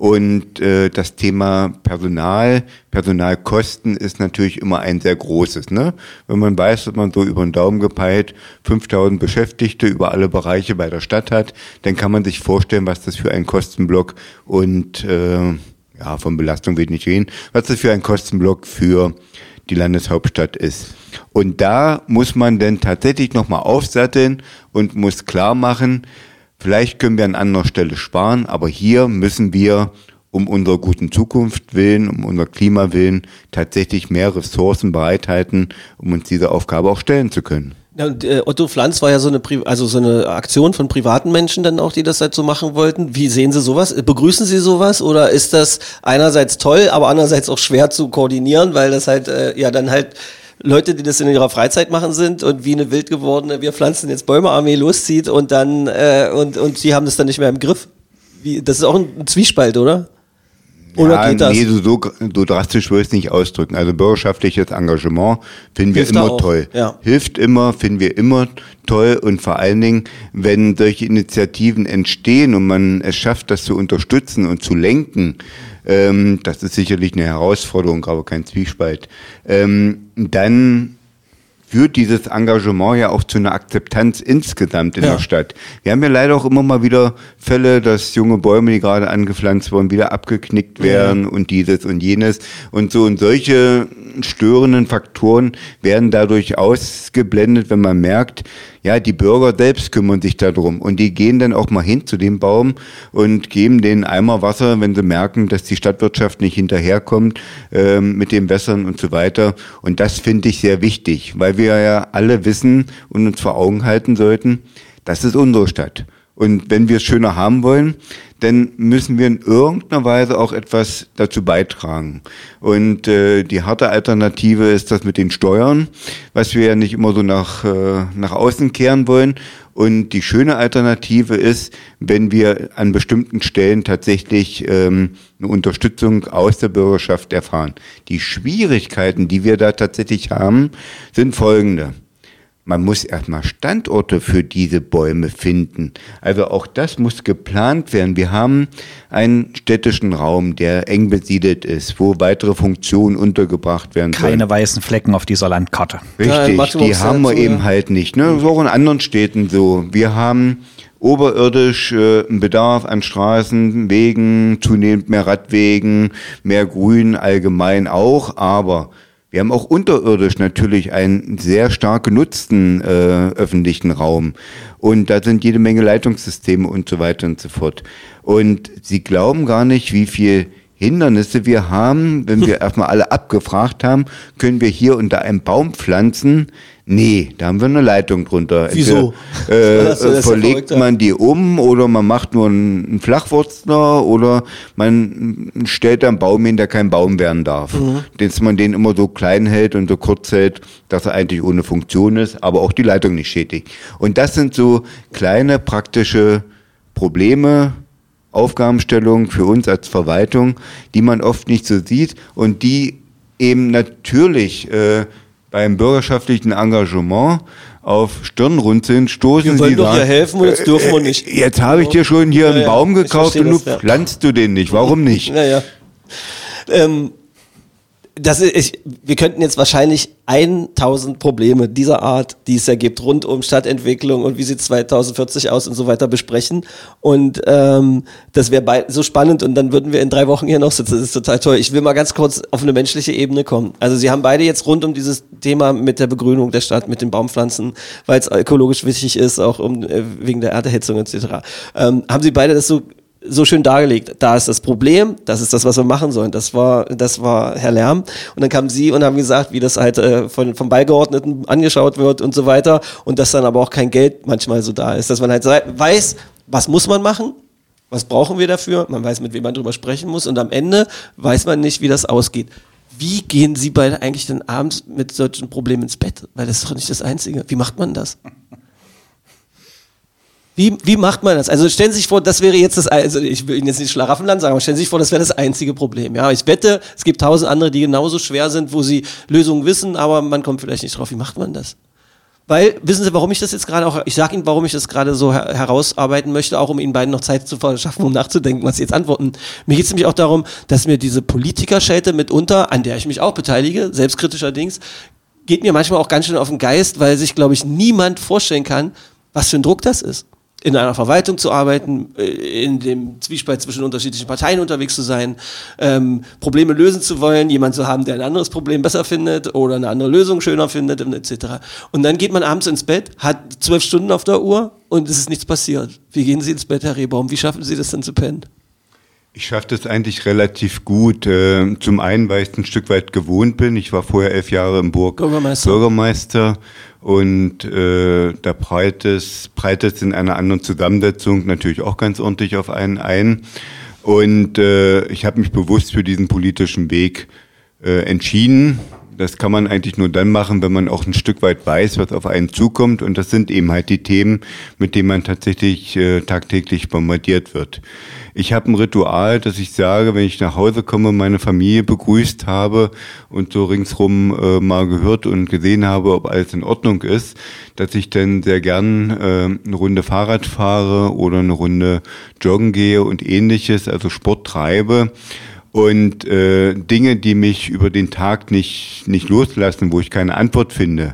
Und äh, das Thema Personal, Personalkosten ist natürlich immer ein sehr großes. Ne? Wenn man weiß, dass man so über den Daumen gepeilt fünftausend Beschäftigte über alle Bereiche bei der Stadt hat, dann kann man sich vorstellen, was das für ein Kostenblock und äh, ja, von Belastung will ich nicht reden, was das für ein Kostenblock für die Landeshauptstadt ist. Und da muss man dann tatsächlich nochmal aufsatteln und muss klar machen, vielleicht können wir an anderer Stelle sparen, aber hier müssen wir um unserer guten Zukunft willen, um unser Klima willen, tatsächlich mehr Ressourcen bereithalten, um uns diese Aufgabe auch stellen zu können. Ja, und, äh, Otto Pflanz war ja so eine, Pri- also so eine Aktion von privaten Menschen dann auch, die das halt so machen wollten. Wie sehen Sie sowas? Begrüßen Sie sowas? Oder ist das einerseits toll, aber andererseits auch schwer zu koordinieren, weil das halt, äh, ja, dann halt Leute, die das in ihrer Freizeit machen sind und wie eine wild gewordene, wir pflanzen jetzt Bäume-Armee loszieht und dann, äh, und, und sie haben das dann nicht mehr im Griff. Wie, das ist auch ein Zwiespalt, oder? Oder ja, geht das? Nee, so, so, so drastisch würde ich es nicht ausdrücken. Also bürgerschaftliches Engagement finden wir Hilft da immer auch, toll. ja. Hilft immer, finden wir immer toll und vor allen Dingen, wenn solche Initiativen entstehen und man es schafft, das zu unterstützen und zu lenken, ähm, das ist sicherlich eine Herausforderung, aber kein Zwiespalt, ähm, dann führt dieses Engagement ja auch zu einer Akzeptanz insgesamt in Ja. der Stadt. Wir haben ja leider auch immer mal wieder Fälle, dass junge Bäume, die gerade angepflanzt wurden, wieder abgeknickt werden ja. und dieses und jenes und so. Und solche störenden Faktoren werden dadurch ausgeblendet, wenn man merkt, ja, die Bürger selbst kümmern sich darum und die gehen dann auch mal hin zu dem Baum und geben den Eimer Wasser, wenn sie merken, dass die Stadtwirtschaft nicht hinterherkommt ähm, mit dem Wässern und so weiter. Und das finde ich sehr wichtig, weil wir ja alle wissen und uns vor Augen halten sollten, das ist unsere Stadt. Und wenn wir es schöner haben wollen, dann müssen wir in irgendeiner Weise auch etwas dazu beitragen. Und äh, die harte Alternative ist das mit den Steuern, was wir ja nicht immer so nach, äh, nach außen kehren wollen. Und die schöne Alternative ist, wenn wir an bestimmten Stellen tatsächlich ähm, eine Unterstützung aus der Bürgerschaft erfahren. Die Schwierigkeiten, die wir da tatsächlich haben, sind folgende. Man muss erstmal Standorte für diese Bäume finden. Also auch das muss geplant werden. Wir haben einen städtischen Raum, der eng besiedelt ist, wo weitere Funktionen untergebracht werden sollen. Keine weißen Flecken auf dieser Landkarte. Richtig, Ja, die haben wir so, eben ja. halt nicht. Ne? Das ist auch in anderen Städten so. Wir haben oberirdisch äh, einen Bedarf an Straßen, Wegen, zunehmend mehr Radwegen, mehr Grün allgemein auch, aber wir haben auch unterirdisch natürlich einen sehr stark genutzten äh, öffentlichen Raum. Und da sind jede Menge Leitungssysteme und so weiter und so fort. Und Sie glauben gar nicht, wie viel Hindernisse wir haben. Wenn wir erstmal alle abgefragt haben, können wir hier unter einem Baum pflanzen. Nee, da haben wir eine Leitung drunter. Wieso? Entweder, Das ist ja Äh, verlegt verrückt, man die um oder man macht nur einen Flachwurzler oder man stellt einen Baum hin, der kein Baum werden darf. Mhm. Dass man den immer so klein hält und so kurz hält, dass er eigentlich ohne Funktion ist, aber auch die Leitung nicht schädigt. Und das sind so kleine praktische Probleme, Aufgabenstellungen für uns als Verwaltung, die man oft nicht so sieht und die eben natürlich äh, beim bürgerschaftlichen Engagement auf Stirnrunzeln stoßen. Wir wollen die doch sagen, hier helfen und jetzt dürfen wir nicht. Äh, jetzt habe ich dir schon hier Ja, einen ja, Baum ich gekauft verstehe und du das, ja. pflanzt du den nicht. Warum nicht? Naja. Ähm, das ist, ich, wir könnten jetzt wahrscheinlich tausend Probleme dieser Art, die es ja gibt, rund um Stadtentwicklung und wie sieht zweitausendvierzig aus und so weiter besprechen. Und ähm, das wäre so spannend und dann würden wir in drei Wochen hier noch sitzen. Das ist total toll. Ich will mal ganz kurz auf eine menschliche Ebene kommen. Also Sie haben beide jetzt rund um dieses Thema mit der Begrünung der Stadt, mit den Baumpflanzen, weil es ökologisch wichtig ist, auch um äh, wegen der Erderhitzung et cetera. Ähm, haben Sie beide das so so schön dargelegt. Da ist das Problem, das ist das, was wir machen sollen. Das war, das war Herr Lärm. Und dann kamen Sie und haben gesagt, wie das halt äh, von, vom Beigeordneten angeschaut wird und so weiter. Und dass dann aber auch kein Geld manchmal so da ist. Dass man halt weiß, was muss man machen? Was brauchen wir dafür? Man weiß, mit wem man drüber sprechen muss. Und am Ende weiß man nicht, wie das ausgeht. Wie gehen Sie beide eigentlich denn abends mit solchen Problemen ins Bett? Weil das ist doch nicht das Einzige. Wie macht man das? Wie, wie macht man das? Also stellen Sie sich vor, das wäre jetzt das, also ich will Ihnen jetzt nicht Schlaraffenland sagen, aber stellen Sie sich vor, das wäre das einzige Problem. Ja, ich wette, es gibt tausend andere, die genauso schwer sind, wo Sie Lösungen wissen, aber man kommt vielleicht nicht drauf. Wie macht man das? Weil, wissen Sie, warum ich das jetzt gerade auch, ich sage Ihnen, warum ich das gerade so her- herausarbeiten möchte, auch um Ihnen beiden noch Zeit zu verschaffen, um nachzudenken, was Sie jetzt antworten. Mir geht es nämlich auch darum, dass mir diese Politikerschelte mitunter, an der ich mich auch beteilige, selbstkritischerdings, geht mir manchmal auch ganz schön auf den Geist, weil sich, glaube ich, niemand vorstellen kann, was für ein Druck das ist. In einer Verwaltung zu arbeiten, in dem Zwiespalt zwischen unterschiedlichen Parteien unterwegs zu sein, ähm, Probleme lösen zu wollen, jemanden zu haben, der ein anderes Problem besser findet oder eine andere Lösung schöner findet, et cetera. Und dann geht man abends ins Bett, hat zwölf Stunden auf der Uhr und es ist nichts passiert. Wie gehen Sie ins Bett, Herr Rehbaum? Wie schaffen Sie das denn zu pennen? Ich schaffe das eigentlich relativ gut. Äh, zum einen, weil ich es ein Stück weit gewohnt bin. Ich war vorher elf Jahre im Burg Bürgermeister. Bürgermeister und äh, da prallt es, prallt es in einer anderen Zusammensetzung natürlich auch ganz ordentlich auf einen ein. Und äh, ich habe mich bewusst für diesen politischen Weg äh, entschieden. Das kann man eigentlich nur dann machen, wenn man auch ein Stück weit weiß, was auf einen zukommt. Und das sind eben halt die Themen, mit denen man tatsächlich äh, tagtäglich bombardiert wird. Ich habe ein Ritual, dass ich sage, wenn ich nach Hause komme, meine Familie begrüßt habe und so ringsrum äh, mal gehört und gesehen habe, ob alles in Ordnung ist, dass ich dann sehr gern äh, eine Runde Fahrrad fahre oder eine Runde joggen gehe und ähnliches, also Sport treibe. Und äh, Dinge, die mich über den Tag nicht nicht loslassen, wo ich keine Antwort finde,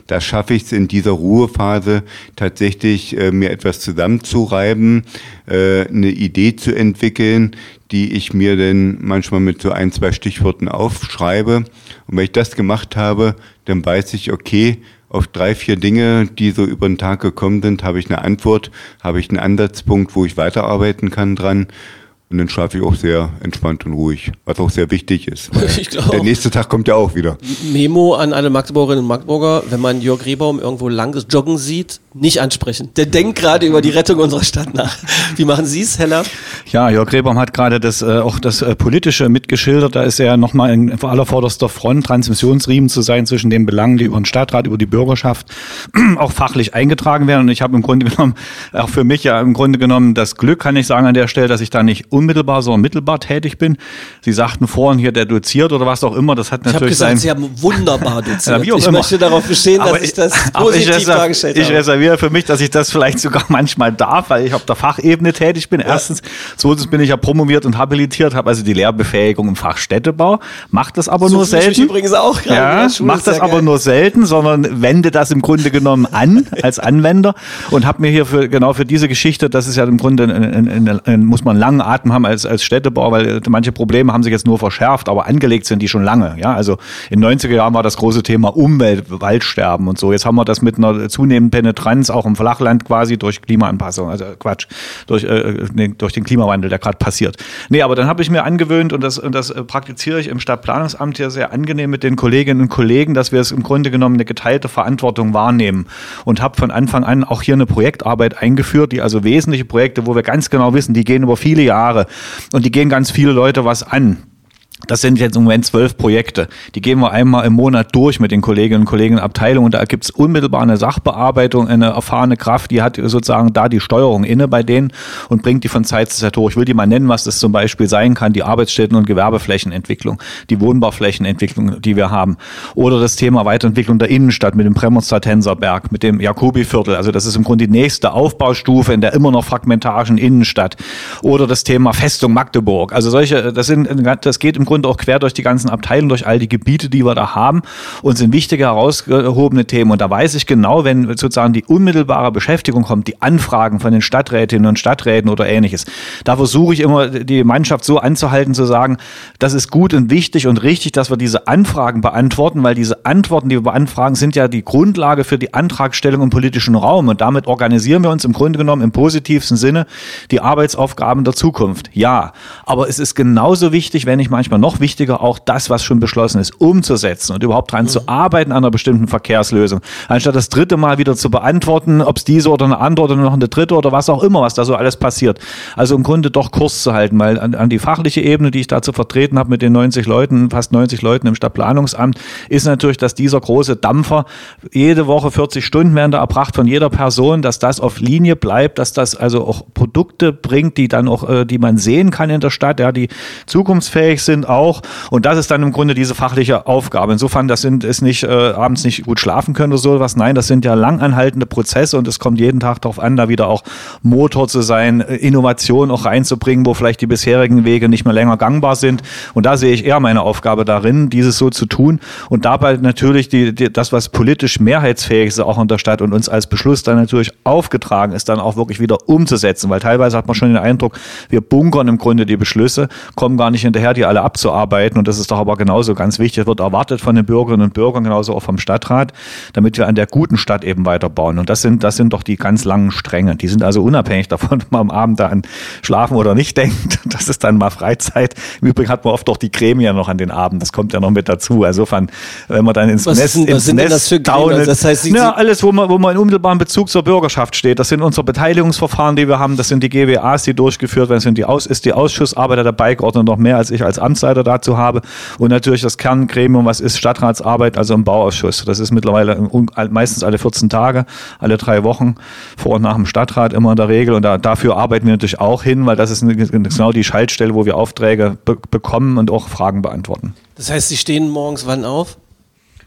da schaffe ich es in dieser Ruhephase tatsächlich, äh, mir etwas zusammenzureiben, äh, eine Idee zu entwickeln, die ich mir dann manchmal mit so ein, zwei Stichworten aufschreibe. Und wenn ich das gemacht habe, dann weiß ich, okay, auf drei, vier Dinge, die so über den Tag gekommen sind, habe ich eine Antwort, habe ich einen Ansatzpunkt, wo ich weiterarbeiten kann dran. Und dann schlafe ich auch sehr entspannt und ruhig, was auch sehr wichtig ist. Ich glaub, der nächste Tag kommt ja auch wieder. Memo an alle Magdeburgerinnen und Magdeburger, wenn man Jörg Rehbaum irgendwo lang joggen sieht, nicht ansprechen. Der denkt gerade über die Rettung unserer Stadt nach. Wie machen Sie es, Heller? Ja, Jörg Rehbaum hat gerade das, äh, auch das äh, Politische mitgeschildert. Da ist er nochmal in allervorderster Front, Transmissionsriemen zu sein zwischen den Belangen, die über den Stadtrat, über die Bürgerschaft auch fachlich eingetragen werden. Und ich habe im Grunde genommen, auch für mich ja im Grunde genommen das Glück, kann ich sagen an der Stelle, dass ich da nicht unmittelbar, sondern mittelbar tätig bin. Sie sagten vorhin hier, der doziert oder was auch immer, das hat natürlich ich habe gesagt, sein... Sie haben wunderbar doziert. Ja, ich immer. möchte darauf bestehen, dass aber ich das ich, positiv ich dargestellt ich habe. Ich reserviere für mich, dass ich das vielleicht sogar manchmal darf, weil ich auf der Fachebene tätig bin. Ja. Erstens. Zweitens bin ich ja promoviert und habilitiert, habe also die Lehrbefähigung im Fach Städtebau, mache das aber so nur selten. Ich übrigens auch gerade ja, in der Schule, mache das aber geil. nur selten, sondern wende das im Grunde genommen an als Anwender und habe mir hier für genau für diese Geschichte, das ist ja im Grunde, in, in, in, in, muss man einen langen Atem haben als, als Städtebauer, weil manche Probleme haben sich jetzt nur verschärft, aber angelegt sind die schon lange. Ja, also in den neunziger Jahren war das große Thema Umwelt, Waldsterben und so. Jetzt haben wir das mit einer zunehmenden Penetranz auch im Flachland quasi durch Klimaanpassung, also Quatsch, durch, äh, nee, durch den Klimawandel, der gerade passiert. Nee, aber dann habe ich mir angewöhnt und das, und das äh, praktiziere ich im Stadtplanungsamt hier sehr angenehm mit den Kolleginnen und Kollegen, dass wir es im Grunde genommen eine geteilte Verantwortung wahrnehmen und habe von Anfang an auch hier eine Projektarbeit eingeführt, die also wesentliche Projekte, wo wir ganz genau wissen, die gehen über viele Jahre und die gehen ganz viele Leute was an. Das sind jetzt im Moment zwölf Projekte. Die gehen wir einmal im Monat durch mit den Kolleginnen und Kollegen in der Abteilung und da gibt es unmittelbar eine Sachbearbeitung, eine erfahrene Kraft, die hat sozusagen da die Steuerung inne bei denen und bringt die von Zeit zu Zeit hoch. Ich will die mal nennen, was das zum Beispiel sein kann, die Arbeitsstätten- und Gewerbeflächenentwicklung, die Wohnbauflächenentwicklung, die wir haben oder das Thema Weiterentwicklung der Innenstadt mit dem Premostat-Tenserberg, mit dem Jakobiviertel, also das ist im Grunde die nächste Aufbaustufe in der immer noch fragmentarischen Innenstadt oder das Thema Festung Magdeburg, also solche, das sind, das geht im Grunde auch quer durch die ganzen Abteilungen, durch all die Gebiete, die wir da haben und sind wichtige, herausgehobene Themen. Und da weiß ich genau, wenn sozusagen die unmittelbare Beschäftigung kommt, die Anfragen von den Stadträtinnen und Stadträten oder ähnliches, da versuche ich immer, die Mannschaft so anzuhalten, zu sagen, das ist gut und wichtig und richtig, dass wir diese Anfragen beantworten, weil diese Antworten, die wir beantragen, sind ja die Grundlage für die Antragstellung im politischen Raum. Und damit organisieren wir uns im Grunde genommen im positivsten Sinne die Arbeitsaufgaben der Zukunft. Ja, aber es ist genauso wichtig, wenn nicht manchmal noch wichtiger, auch das, was schon beschlossen ist, umzusetzen und überhaupt dran mhm. zu arbeiten an einer bestimmten Verkehrslösung. Anstatt das dritte Mal wieder zu beantworten, ob es diese oder eine andere oder noch eine dritte oder was auch immer, was da so alles passiert. Also im Grunde doch Kurs zu halten, weil an, an die fachliche Ebene, die ich da zu vertreten habe mit den neunzig Leuten, fast neunzig Leuten im Stadtplanungsamt, ist natürlich, dass dieser große Dampfer jede Woche vierzig Stunden werden da erbracht von jeder Person, dass das auf Linie bleibt, dass das also auch Produkte bringt, die dann auch, äh, die man sehen kann in der Stadt, ja, die zukunftsfähig sind auch. Und das ist dann im Grunde diese fachliche Aufgabe. Insofern, das sind es nicht, äh, abends nicht gut schlafen können oder sowas. Nein, das sind ja langanhaltende Prozesse und es kommt jeden Tag darauf an, da wieder auch Motor zu sein, Innovation auch reinzubringen, wo vielleicht die bisherigen Wege nicht mehr länger gangbar sind. Und da sehe ich eher meine Aufgabe darin, dieses so zu tun. Und dabei natürlich die, die, das, was politisch mehrheitsfähig ist, auch in der Stadt und uns als Beschluss dann natürlich aufgetragen ist, dann auch wirklich wieder umzusetzen. Weil teilweise hat man schon den Eindruck, wir bunkern im Grunde die Beschlüsse, kommen gar nicht hinterher, die alle abzuarbeiten. Und das ist doch aber genauso ganz wichtig. Das wird erwartet von den Bürgerinnen und Bürgern, genauso auch vom Stadtrat, damit wir an der guten Stadt eben weiterbauen. Und das sind, das sind doch die ganz langen Stränge. Die sind also unabhängig davon, ob man am Abend da an Schlafen oder nicht denkt. Das ist dann mal Freizeit. Im Übrigen hat man oft doch die Gremien noch an den Abend. Das kommt ja noch mit dazu. Insofern, wenn man dann ins was Nest, sind, ins was sind Nest denn das für Gremien? Das heißt, Sie, na, alles, wo man, wo man in unmittelbarem Bezug zur Bürgerschaft steht. Das sind unsere Beteiligungsverfahren, die wir haben. Das sind die G W As, die durchgeführt werden. Das sind die Aus, ist die Ausschussarbeit der Beigeordneten noch mehr, als ich als Amtsleiter dazu habe. Und natürlich das Kerngremium, was ist Stadtratsarbeit, also im Bauausschuss. Das ist mittlerweile meistens alle vierzehn Tage, alle drei Wochen, vor und nach dem Stadtrat immer in der Regel. Und da, dafür arbeiten wir natürlich auch hin, weil das ist genau die Schaltstelle, wo wir Aufträge be- bekommen und auch Fragen beantworten. Das heißt, Sie stehen morgens wann auf?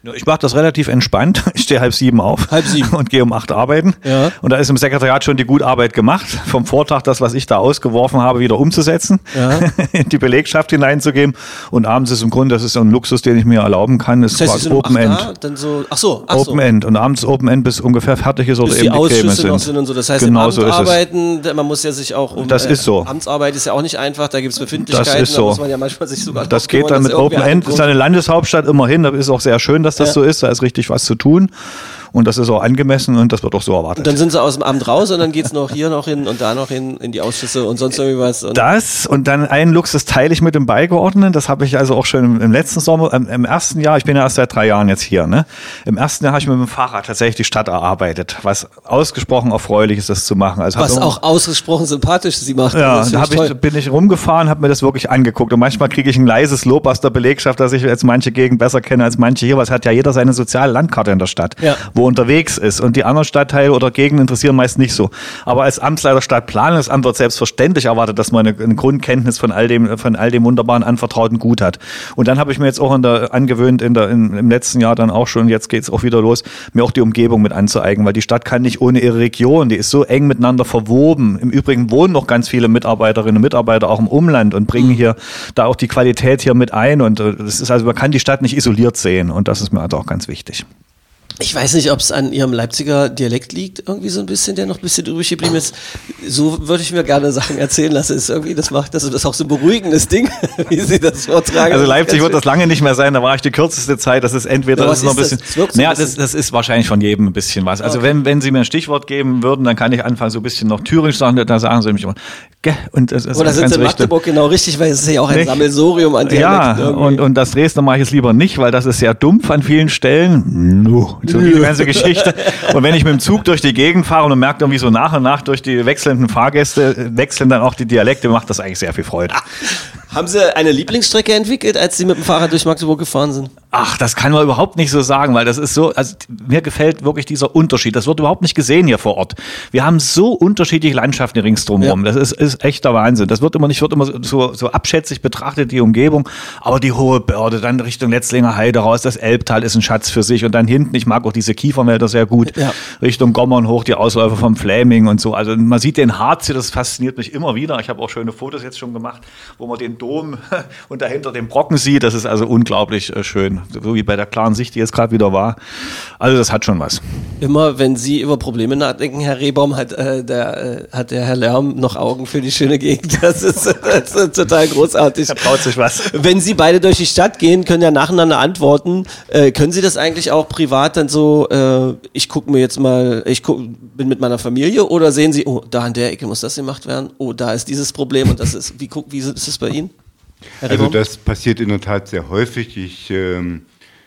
Ich mache das relativ entspannt. Ich stehe halb sieben auf halb sieben. und gehe um acht arbeiten. Ja. Und da ist im Sekretariat schon die gute Arbeit gemacht, vom Vortag das, was ich da ausgeworfen habe, wieder umzusetzen, ja. in die Belegschaft hineinzugeben. Und abends ist im Grunde, das ist so ein Luxus, den ich mir erlauben kann, ist das heißt, quasi Open End. Da, dann so, ach so, ach so. Open End. Und abends Open End, bis ungefähr fertig ist oder bis eben die die Creme Ausschüsse noch sind. sind und so. Das heißt, genau im Amt so ist es. arbeiten, man muss ja sich auch um... Das ist so. Äh, Amtsarbeit ist ja auch nicht einfach, da gibt es Befindlichkeiten, Das ist so. da muss man ja manchmal sich sogar... Das geht dann mit Open End, ist eine Landeshauptstadt immerhin, da ist auch sehr schön, dass das ja. so ist, da ist richtig was zu tun und das ist auch angemessen und das wird auch so erwartet. Und dann sind sie aus dem Amt raus und dann geht es noch hier noch hin und da noch hin, in die Ausschüsse und sonst irgendwie was. Und das und dann einen Luxus teile ich mit dem Beigeordneten, das habe ich also auch schon im, im letzten Sommer, im, im ersten Jahr, ich bin ja erst seit drei Jahren jetzt hier, ne? Im ersten Jahr habe ich mit dem Fahrrad tatsächlich die Stadt erarbeitet, was ausgesprochen erfreulich ist, das zu machen. Also was hat auch ausgesprochen sympathisch sie macht. Ja, das da hab ich, bin ich rumgefahren, habe mir das wirklich angeguckt und manchmal kriege ich ein leises Lob aus der Belegschaft, dass ich jetzt manche Gegend besser kenne als manche hier, weil es hat ja jeder seine soziale Landkarte in der Stadt, ja. wo unterwegs ist und die anderen Stadtteile oder Gegenden interessieren meist nicht so. Aber als Amtsleiter Stadtplanungsamt wird selbstverständlich erwartet, dass man eine, eine Grundkenntnis von all dem, von all dem wunderbaren anvertrauten Gut hat. Und dann habe ich mir jetzt auch in der, angewöhnt, in der, in, im letzten Jahr dann auch schon, jetzt geht es auch wieder los, mir auch die Umgebung mit anzueignen, weil die Stadt kann nicht ohne ihre Region, die ist so eng miteinander verwoben. Im Übrigen wohnen noch ganz viele Mitarbeiterinnen und Mitarbeiter auch im Umland und bringen hier da auch die Qualität hier mit ein. Und das ist also, man kann die Stadt nicht isoliert sehen und das ist mir also auch ganz wichtig. Ich weiß nicht, ob es an Ihrem Leipziger Dialekt liegt, irgendwie so ein bisschen, der noch ein bisschen übrig geblieben ist. So würde ich mir gerne Sachen erzählen lassen. Ist irgendwie, das macht das, das ist auch so ein beruhigendes Ding, wie Sie das vortragen. Also Leipzig wird das lange nicht mehr sein, da war ich die kürzeste Zeit. Das ist entweder, ja, das ist noch ein bisschen. Das? Das, so naja, ein bisschen. Das, das ist wahrscheinlich von jedem ein bisschen was. Also okay. wenn, wenn Sie mir ein Stichwort geben würden, dann kann ich anfangen, so ein bisschen noch Thürisch sagen, da sagen Sie nämlich immer, gell, und das ist Oder sind Sie in Magdeburg genau richtig, weil es ist ja auch ein nicht? Sammelsurium an Dialekten. Ja, und, und das Dresdner mache ich jetzt lieber nicht, weil das ist sehr dumpf an vielen Stellen. No. So diese ganze Geschichte. Und wenn ich mit dem Zug durch die Gegend fahre und merke irgendwie so nach und nach durch die wechselnden Fahrgäste, wechseln dann auch die Dialekte, macht das eigentlich sehr viel Freude. Haben Sie eine Lieblingsstrecke entwickelt, als Sie mit dem Fahrrad durch Magdeburg gefahren sind? Ach, das kann man überhaupt nicht so sagen, weil das ist so, also mir gefällt wirklich dieser Unterschied. Das wird überhaupt nicht gesehen hier vor Ort. Wir haben so unterschiedliche Landschaften ringsdrumherum. Ja. Das ist, ist echter Wahnsinn. Das wird immer nicht, wird immer so, so abschätzig betrachtet, die Umgebung. Aber die hohe Börde, dann Richtung Letzlinger Heide raus, das Elbtal ist ein Schatz für sich. Und dann hinten, ich mag auch diese Kiefernwälder sehr gut, ja. Richtung Gommern hoch, die Ausläufer vom Fläming und so. Also man sieht den Harz hier, das fasziniert mich immer wieder. Ich habe auch schöne Fotos jetzt schon gemacht, wo man den Dom und dahinter den Brocken sieht. Das ist also unglaublich äh, schön. So wie bei der klaren Sicht, die jetzt gerade wieder war. Also das hat schon was. Immer wenn Sie über Probleme nachdenken, Herr Rehbaum, hat, äh, der, äh, hat der Herr Lärm noch Augen für die schöne Gegend. Das ist, das ist total großartig. Da traut sich was. Wenn Sie beide durch die Stadt gehen, können ja nacheinander antworten. Äh, können Sie das eigentlich auch privat dann so, äh, ich gucke mir jetzt mal, ich guck, bin mit meiner Familie, oder sehen Sie, oh, da an der Ecke muss das gemacht werden, oh, da ist dieses Problem und das ist, wie, guck, wie ist es bei Ihnen? Also das passiert in der Tat sehr häufig. Ich, ähm,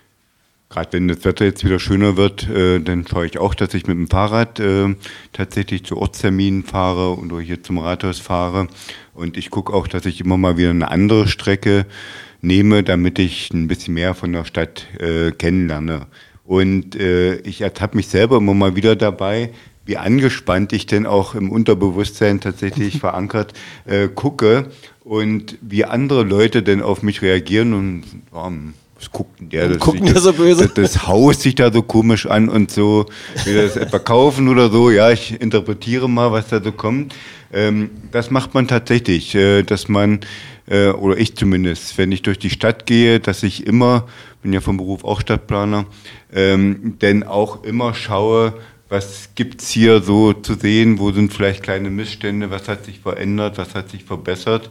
gerade wenn das Wetter jetzt wieder schöner wird, äh, dann schaue ich auch, dass ich mit dem Fahrrad äh, tatsächlich zu Ortsterminen fahre oder hier zum Rathaus fahre. Und ich gucke auch, dass ich immer mal wieder eine andere Strecke nehme, damit ich ein bisschen mehr von der Stadt äh, kennenlerne. Und äh, ich ertappe mich selber immer mal wieder dabei, wie angespannt ich denn auch im Unterbewusstsein tatsächlich verankert äh, gucke und wie andere Leute denn auf mich reagieren und oh, was guckt denn der? Das, gucken der so böse? Das, das Haus sich da so komisch an und so, will das etwa kaufen oder so, ja, ich interpretiere mal, was da so kommt. Ähm, das macht man tatsächlich, äh, dass man, äh, oder ich zumindest, wenn ich durch die Stadt gehe, dass ich immer, bin ja vom Beruf auch Stadtplaner, ähm, denn auch immer schaue, was gibt's hier so zu sehen, wo sind vielleicht kleine Missstände, was hat sich verändert, was hat sich verbessert.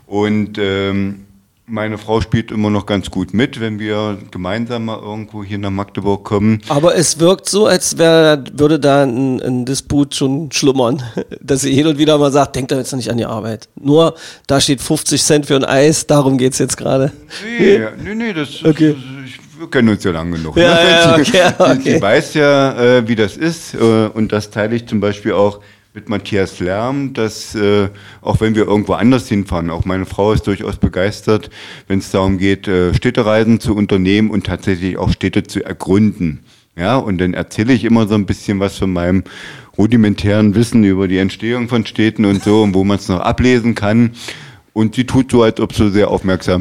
Und ähm, meine Frau spielt immer noch ganz gut mit, wenn wir gemeinsam mal irgendwo hier nach Magdeburg kommen. Aber es wirkt so, als wär, würde da ein, ein Disput schon schlummern, dass sie hin und wieder mal sagt, denkt doch jetzt nicht an die Arbeit. Nur, da steht fünfzig Cent für ein Eis, darum geht's jetzt gerade. Nee, nee, nee, das okay. ist... Wir kennen uns ja lang genug. Ja, ne? ja, okay, okay. Sie, sie weiß ja, äh, wie das ist, äh, und das teile ich zum Beispiel auch mit Matthias Lärm, dass äh, auch wenn wir irgendwo anders hinfahren, auch meine Frau ist durchaus begeistert, wenn es darum geht, äh, Städtereisen zu unternehmen und tatsächlich auch Städte zu ergründen. Ja, und dann erzähle ich immer so ein bisschen was von meinem rudimentären Wissen über die Entstehung von Städten und so und wo man es noch ablesen kann. Und sie tut so, als ob sie sehr aufmerksam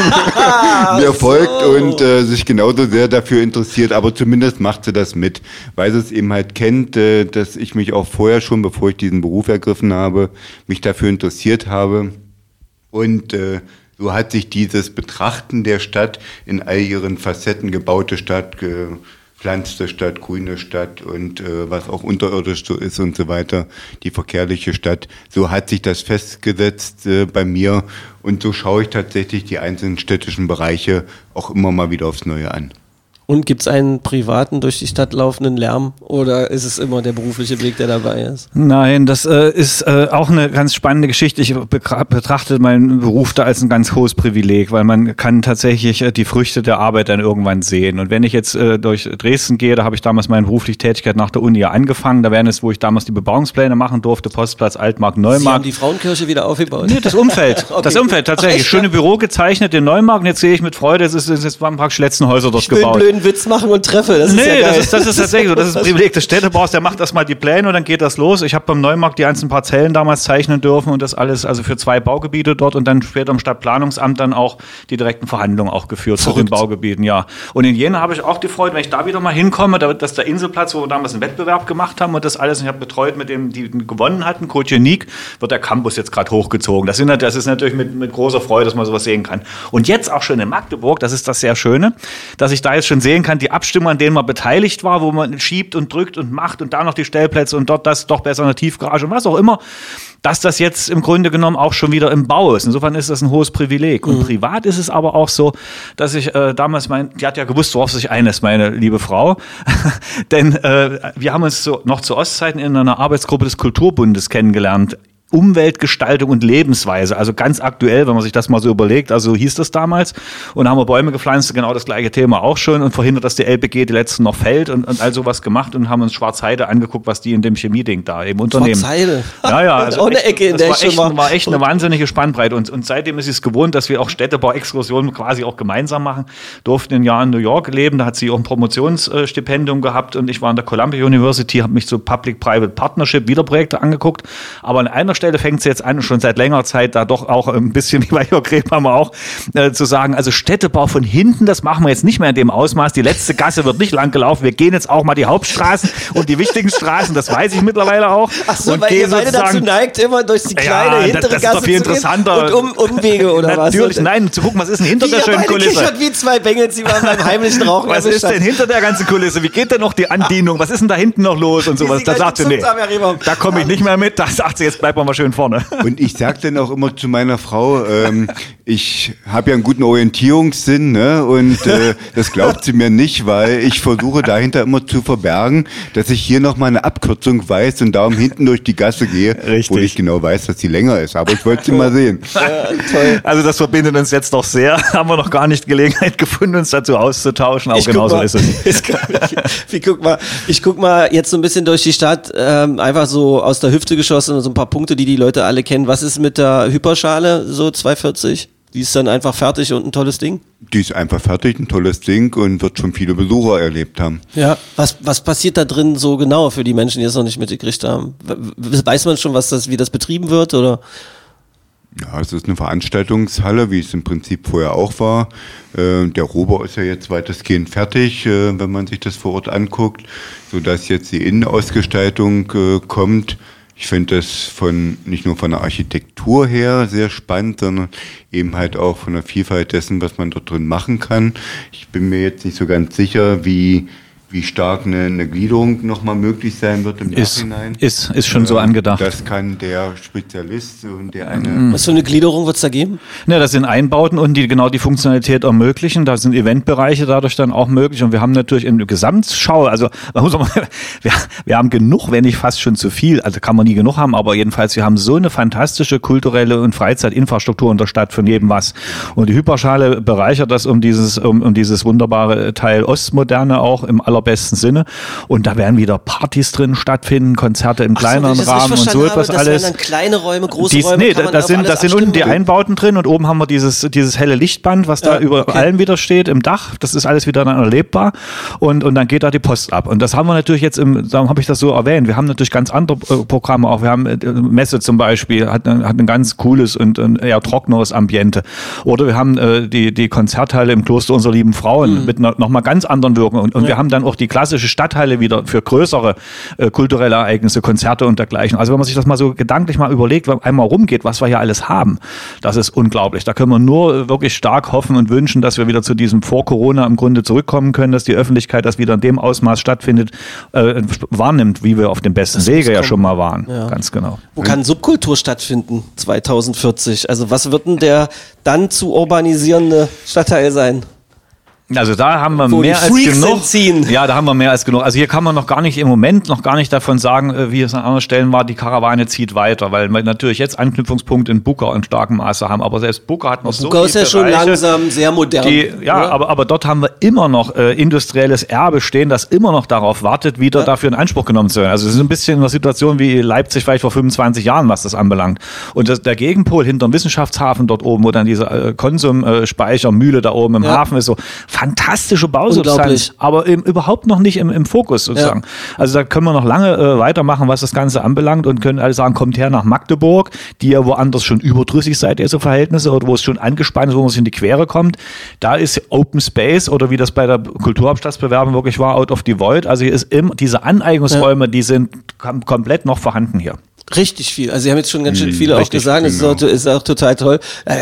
mir folgt und äh, sich genauso sehr dafür interessiert. Aber zumindest macht sie das mit, weil sie es eben halt kennt, äh, dass ich mich auch vorher schon, bevor ich diesen Beruf ergriffen habe, mich dafür interessiert habe. Und äh, so hat sich dieses Betrachten der Stadt in all ihren Facetten, gebaute Stadt, gepflanzte Stadt, grüne Stadt und äh, was auch unterirdisch so ist und so weiter, die verkehrliche Stadt, so hat sich das festgesetzt äh, bei mir und so schaue ich tatsächlich die einzelnen städtischen Bereiche auch immer mal wieder aufs Neue an. Und gibt es einen privaten, durch die Stadt laufenden Lärm oder ist es immer der berufliche Weg, der dabei ist? Nein, das äh, ist äh, auch eine ganz spannende Geschichte. Ich betrachte meinen Beruf da als ein ganz hohes Privileg, weil man kann tatsächlich äh, die Früchte der Arbeit dann irgendwann sehen. Und wenn ich jetzt äh, durch Dresden gehe, da habe ich damals meine berufliche Tätigkeit nach der Uni ja angefangen. Da wären es, wo ich damals die Bebauungspläne machen durfte, Postplatz, Altmarkt, Neumarkt. Sie haben die Frauenkirche wieder aufgebaut? Nee, das Umfeld. Okay. Das Umfeld, tatsächlich. Schöne Büro gezeichnet, den Neumarkt. Und jetzt sehe ich mit Freude, es ist, es ist praktisch die letzten Häuser dort ich will gebaut. Einen blöden Witz machen und treffe. Das nee, ist ja geil. Das, ist, das ist tatsächlich so. Das ist ein Privileg des Städtebaus. Der macht erstmal die Pläne und dann geht das los. Ich habe beim Neumarkt die einzelnen Parzellen damals zeichnen dürfen und das alles, also für zwei Baugebiete dort und dann später im Stadtplanungsamt dann auch die direkten Verhandlungen auch geführt zu den Baugebieten, ja. Und in Jena habe ich auch die Freude, wenn ich da wieder mal hinkomme, dass der Inselplatz, wo wir damals einen Wettbewerb gemacht haben und das alles, und ich habe betreut mit dem, die gewonnen hatten, Kocenik, wird der Campus jetzt gerade hochgezogen. Das, sind, das ist natürlich mit, mit großer Freude, dass man sowas sehen kann. Und jetzt auch schon in Magdeburg, das ist das sehr Schöne, dass ich da jetzt schon sehen kann, die Abstimmung, an denen man beteiligt war, wo man schiebt und drückt und macht und da noch die Stellplätze und dort das doch besser in der Tiefgarage und was auch immer, dass das jetzt im Grunde genommen auch schon wieder im Bau ist. Insofern ist das ein hohes Privileg. Und mhm. privat ist es aber auch so, dass ich äh, damals, mein, die hat ja gewusst, worauf sie sich einlässt, meine liebe Frau. Denn äh, wir haben uns so, noch zu Ostzeiten in einer Arbeitsgruppe des Kulturbundes kennengelernt. Umweltgestaltung und Lebensweise, also ganz aktuell, wenn man sich das mal so überlegt, also hieß das damals und haben wir Bäume gepflanzt, genau das gleiche Thema auch schon und verhindert, dass die L P G die letzten noch fällt und, und all sowas gemacht und haben uns Schwarzheide angeguckt, was die in dem Chemieding da im Unternehmen. Schwarzheide? Ja, ja. Also auch eine Ecke, in der ich schon mal. war echt eine wahnsinnige Spannbreite und, und seitdem ist es gewohnt, dass wir auch Städtebau-Exkursionen quasi auch gemeinsam machen, durften ein Jahr in New York leben, da hat sie auch ein Promotionsstipendium gehabt und ich war an der Columbia University, habe mich zu Public-Private Partnership Wiederprojekte angeguckt, aber an einer Stelle fängt es jetzt an, schon seit längerer Zeit da doch auch ein bisschen, wie bei Jörg Rebhammer auch, äh, zu sagen, also Städtebau von hinten, das machen wir jetzt nicht mehr in dem Ausmaß, die letzte Gasse wird nicht lang gelaufen, wir gehen jetzt auch mal die Hauptstraßen und die wichtigen Straßen, das weiß ich mittlerweile auch. Ach so, und weil ihr beide dazu neigt, immer durch die kleine ja, hintere das, das Gasse ist doch viel interessanter. und um, Umwege oder was? Natürlich, nein, zu gucken, was ist denn hinter die der schönen Kulisse? Kichert wie zwei Bengels, die waren beim heimlichen Rauchen. Was ist denn hinter der ganzen Kulisse? Wie geht denn noch die Andienung? Was ist denn da hinten noch los und sowas? Da sagt sie, nee, da komme ich nicht mehr mit, da sagt sie, jetzt bleibt man mal schön vorne. Und ich sage dann auch immer zu meiner Frau, ähm, ich habe ja einen guten Orientierungssinn, ne? Und äh, das glaubt sie mir nicht, weil ich versuche dahinter immer zu verbergen, dass ich hier nochmal eine Abkürzung weiß und darum hinten durch die Gasse gehe, Richtig. Wo ich genau weiß, dass sie länger ist. Aber ich wollte sie mal sehen. Ja, toll. Also das verbindet uns jetzt doch sehr. Haben wir noch gar nicht Gelegenheit gefunden, uns dazu auszutauschen, aber genau so ist es. Ich, ich, guck mal, ich guck mal jetzt so ein bisschen durch die Stadt, ähm, einfach so aus der Hüfte geschossen, so ein paar Punkte, die die Leute alle kennen. Was ist mit der Hyperschale, so zweihundertvierzig? Die ist dann einfach fertig und ein tolles Ding? Die ist einfach fertig, ein tolles Ding und wird schon viele Besucher erlebt haben. Ja, was, was passiert da drin so genau für die Menschen, die es noch nicht mitgekriegt haben? Weiß man schon, was das, wie das betrieben wird, oder? Ja, es ist eine Veranstaltungshalle, wie es im Prinzip vorher auch war. Äh, der Rohbau ist ja jetzt weitestgehend fertig, äh, wenn man sich das vor Ort anguckt, sodass jetzt die Innenausgestaltung äh, kommt. Ich finde das von, nicht nur von der Architektur her sehr spannend, sondern eben halt auch von der Vielfalt dessen, was man dort drin machen kann. Ich bin mir jetzt nicht so ganz sicher, wie, wie stark eine, eine Gliederung nochmal möglich sein wird im ist, Nachhinein. Ist, ist schon äh, so angedacht. Das kann der Spezialist und der eine... Was für eine Gliederung wird es da geben? Ja, das sind Einbauten und die genau die Funktionalität ermöglichen. Da sind Eventbereiche dadurch dann auch möglich. Und wir haben natürlich in der Gesamtschau, also wir, wir haben genug, wenn nicht fast schon zu viel, also kann man nie genug haben, aber jedenfalls, wir haben so eine fantastische kulturelle und Freizeitinfrastruktur in der Stadt von jedem was. Und die Hyperschale bereichert das um dieses, um, um dieses wunderbare Teil Ostmoderne auch im aller allerbesten Sinne. Und da werden wieder Partys drin stattfinden, Konzerte im kleineren so, Rahmen und so etwas habe, alles. Das sind dann kleine Räume, große Dies, Räume. Nee, kann man das sind, das sind unten die abstimmen? Einbauten drin und oben haben wir dieses, dieses helle Lichtband, was Ja, da über okay. allem wieder steht, im Dach. Das ist alles wieder dann erlebbar und, und dann geht da die Post ab. Und das haben wir natürlich jetzt, im, darum habe ich das so erwähnt, wir haben natürlich ganz andere äh, Programme auch. Wir haben äh, Messe zum Beispiel, hat, hat ein ganz cooles und ein eher trockeneres Ambiente. Oder wir haben äh, die, die Konzerthalle im Kloster unserer lieben Frauen mhm. mit einer nochmal ganz anderen Wirkung. Und, und ja. wir haben dann auch die klassische Stadthalle wieder für größere äh, kulturelle Ereignisse, Konzerte und dergleichen. Also wenn man sich das mal so gedanklich mal überlegt, wenn man einmal rumgeht, was wir hier alles haben, das ist unglaublich. Da können wir nur wirklich stark hoffen und wünschen, dass wir wieder zu diesem Vor-Corona im Grunde zurückkommen können, dass die Öffentlichkeit das wieder in dem Ausmaß stattfindet, äh, wahrnimmt, wie wir auf dem besten das Wege ja schon mal waren. Ja. Ganz genau. Wo kann Subkultur stattfinden zweitausendvierzig? Also was wird denn der dann zu urbanisierende Stadtteil sein? Also da haben wir Wo mehr als Freaks genug. entziehen. Ja, da haben wir mehr als genug. Also hier kann man noch gar nicht im Moment noch gar nicht davon sagen, wie es an anderen Stellen war, die Karawane zieht weiter, weil wir natürlich jetzt Anknüpfungspunkte in Buka in starkem Maße haben. Aber selbst Buka hat noch so Buka ist ja schon Bereiche, langsam sehr modern. Die, ja, aber, aber dort haben wir immer noch äh, industrielles Erbe stehen, das immer noch darauf wartet, wieder ja. dafür in Anspruch genommen zu werden. Also es ist ein bisschen eine Situation wie Leipzig vielleicht vor fünfundzwanzig Jahren, was das anbelangt. Und das, der Gegenpol hinter dem Wissenschaftshafen dort oben, wo dann diese äh, Konsumspeichermühle da oben im ja. Hafen ist, so fantastische Bausubstanz, aber eben überhaupt noch nicht im, im Fokus sozusagen. Ja. Also da können wir noch lange äh, weitermachen, was das Ganze anbelangt und können alle sagen, kommt her nach Magdeburg, die ja woanders schon überdrüssig seid, ihr so Verhältnisse, oder wo es schon angespannt ist, wo man sich in die Quere kommt. Da ist Open Space oder wie das bei der Kulturhauptstadtbewerbung wirklich war, out of the void. Also hier ist immer diese Aneignungsräume, ja. die sind kom- komplett noch vorhanden hier. Richtig viel. Also Sie haben jetzt schon ganz schön viele hm, auch gesagt, das genau. ist, auch, ist auch total toll. Äh,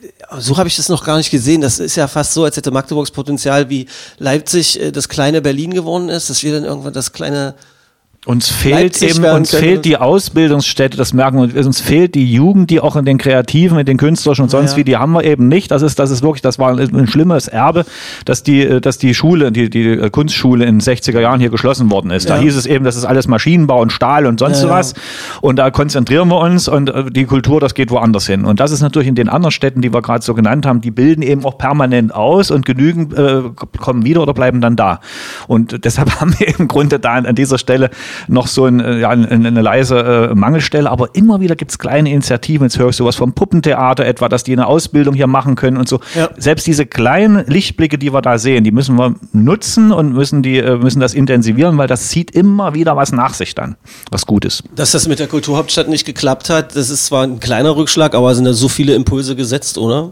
so habe ich das noch gar nicht gesehen. Das ist ja fast so, als hätte Magdeburgs Potenzial wie Leipzig äh, das kleine Berlin geworden ist, dass wir dann irgendwann das kleine Uns fehlt eben, uns fehlt die Ausbildungsstätte, das merken wir, uns fehlt die Jugend, die auch in den Kreativen, in den Künstlerischen und sonst ja. wie, die haben wir eben nicht. Das ist, das ist wirklich, das war ein schlimmes Erbe, dass die, dass die Schule, die, die Kunstschule in den sechziger Jahren hier geschlossen worden ist. Ja. Da hieß es eben, das ist alles Maschinenbau und Stahl und sonst ja, was. Ja. Und da konzentrieren wir uns und die Kultur, das geht woanders hin. Und das ist natürlich in den anderen Städten, die wir gerade so genannt haben, die bilden eben auch permanent aus und genügend äh, kommen wieder oder bleiben dann da. Und deshalb haben wir im Grunde da an dieser Stelle noch so ein, ja, eine, eine leise äh, Mangelstelle, aber immer wieder gibt es kleine Initiativen, jetzt höre ich sowas vom Puppentheater etwa, dass die eine Ausbildung hier machen können und so. Ja. Selbst diese kleinen Lichtblicke, die wir da sehen, die müssen wir nutzen und müssen, die, äh, müssen das intensivieren, weil das zieht immer wieder was nach sich dann, was gut ist. Dass das mit der Kulturhauptstadt nicht geklappt hat, das ist zwar ein kleiner Rückschlag, aber sind da so viele Impulse gesetzt, oder?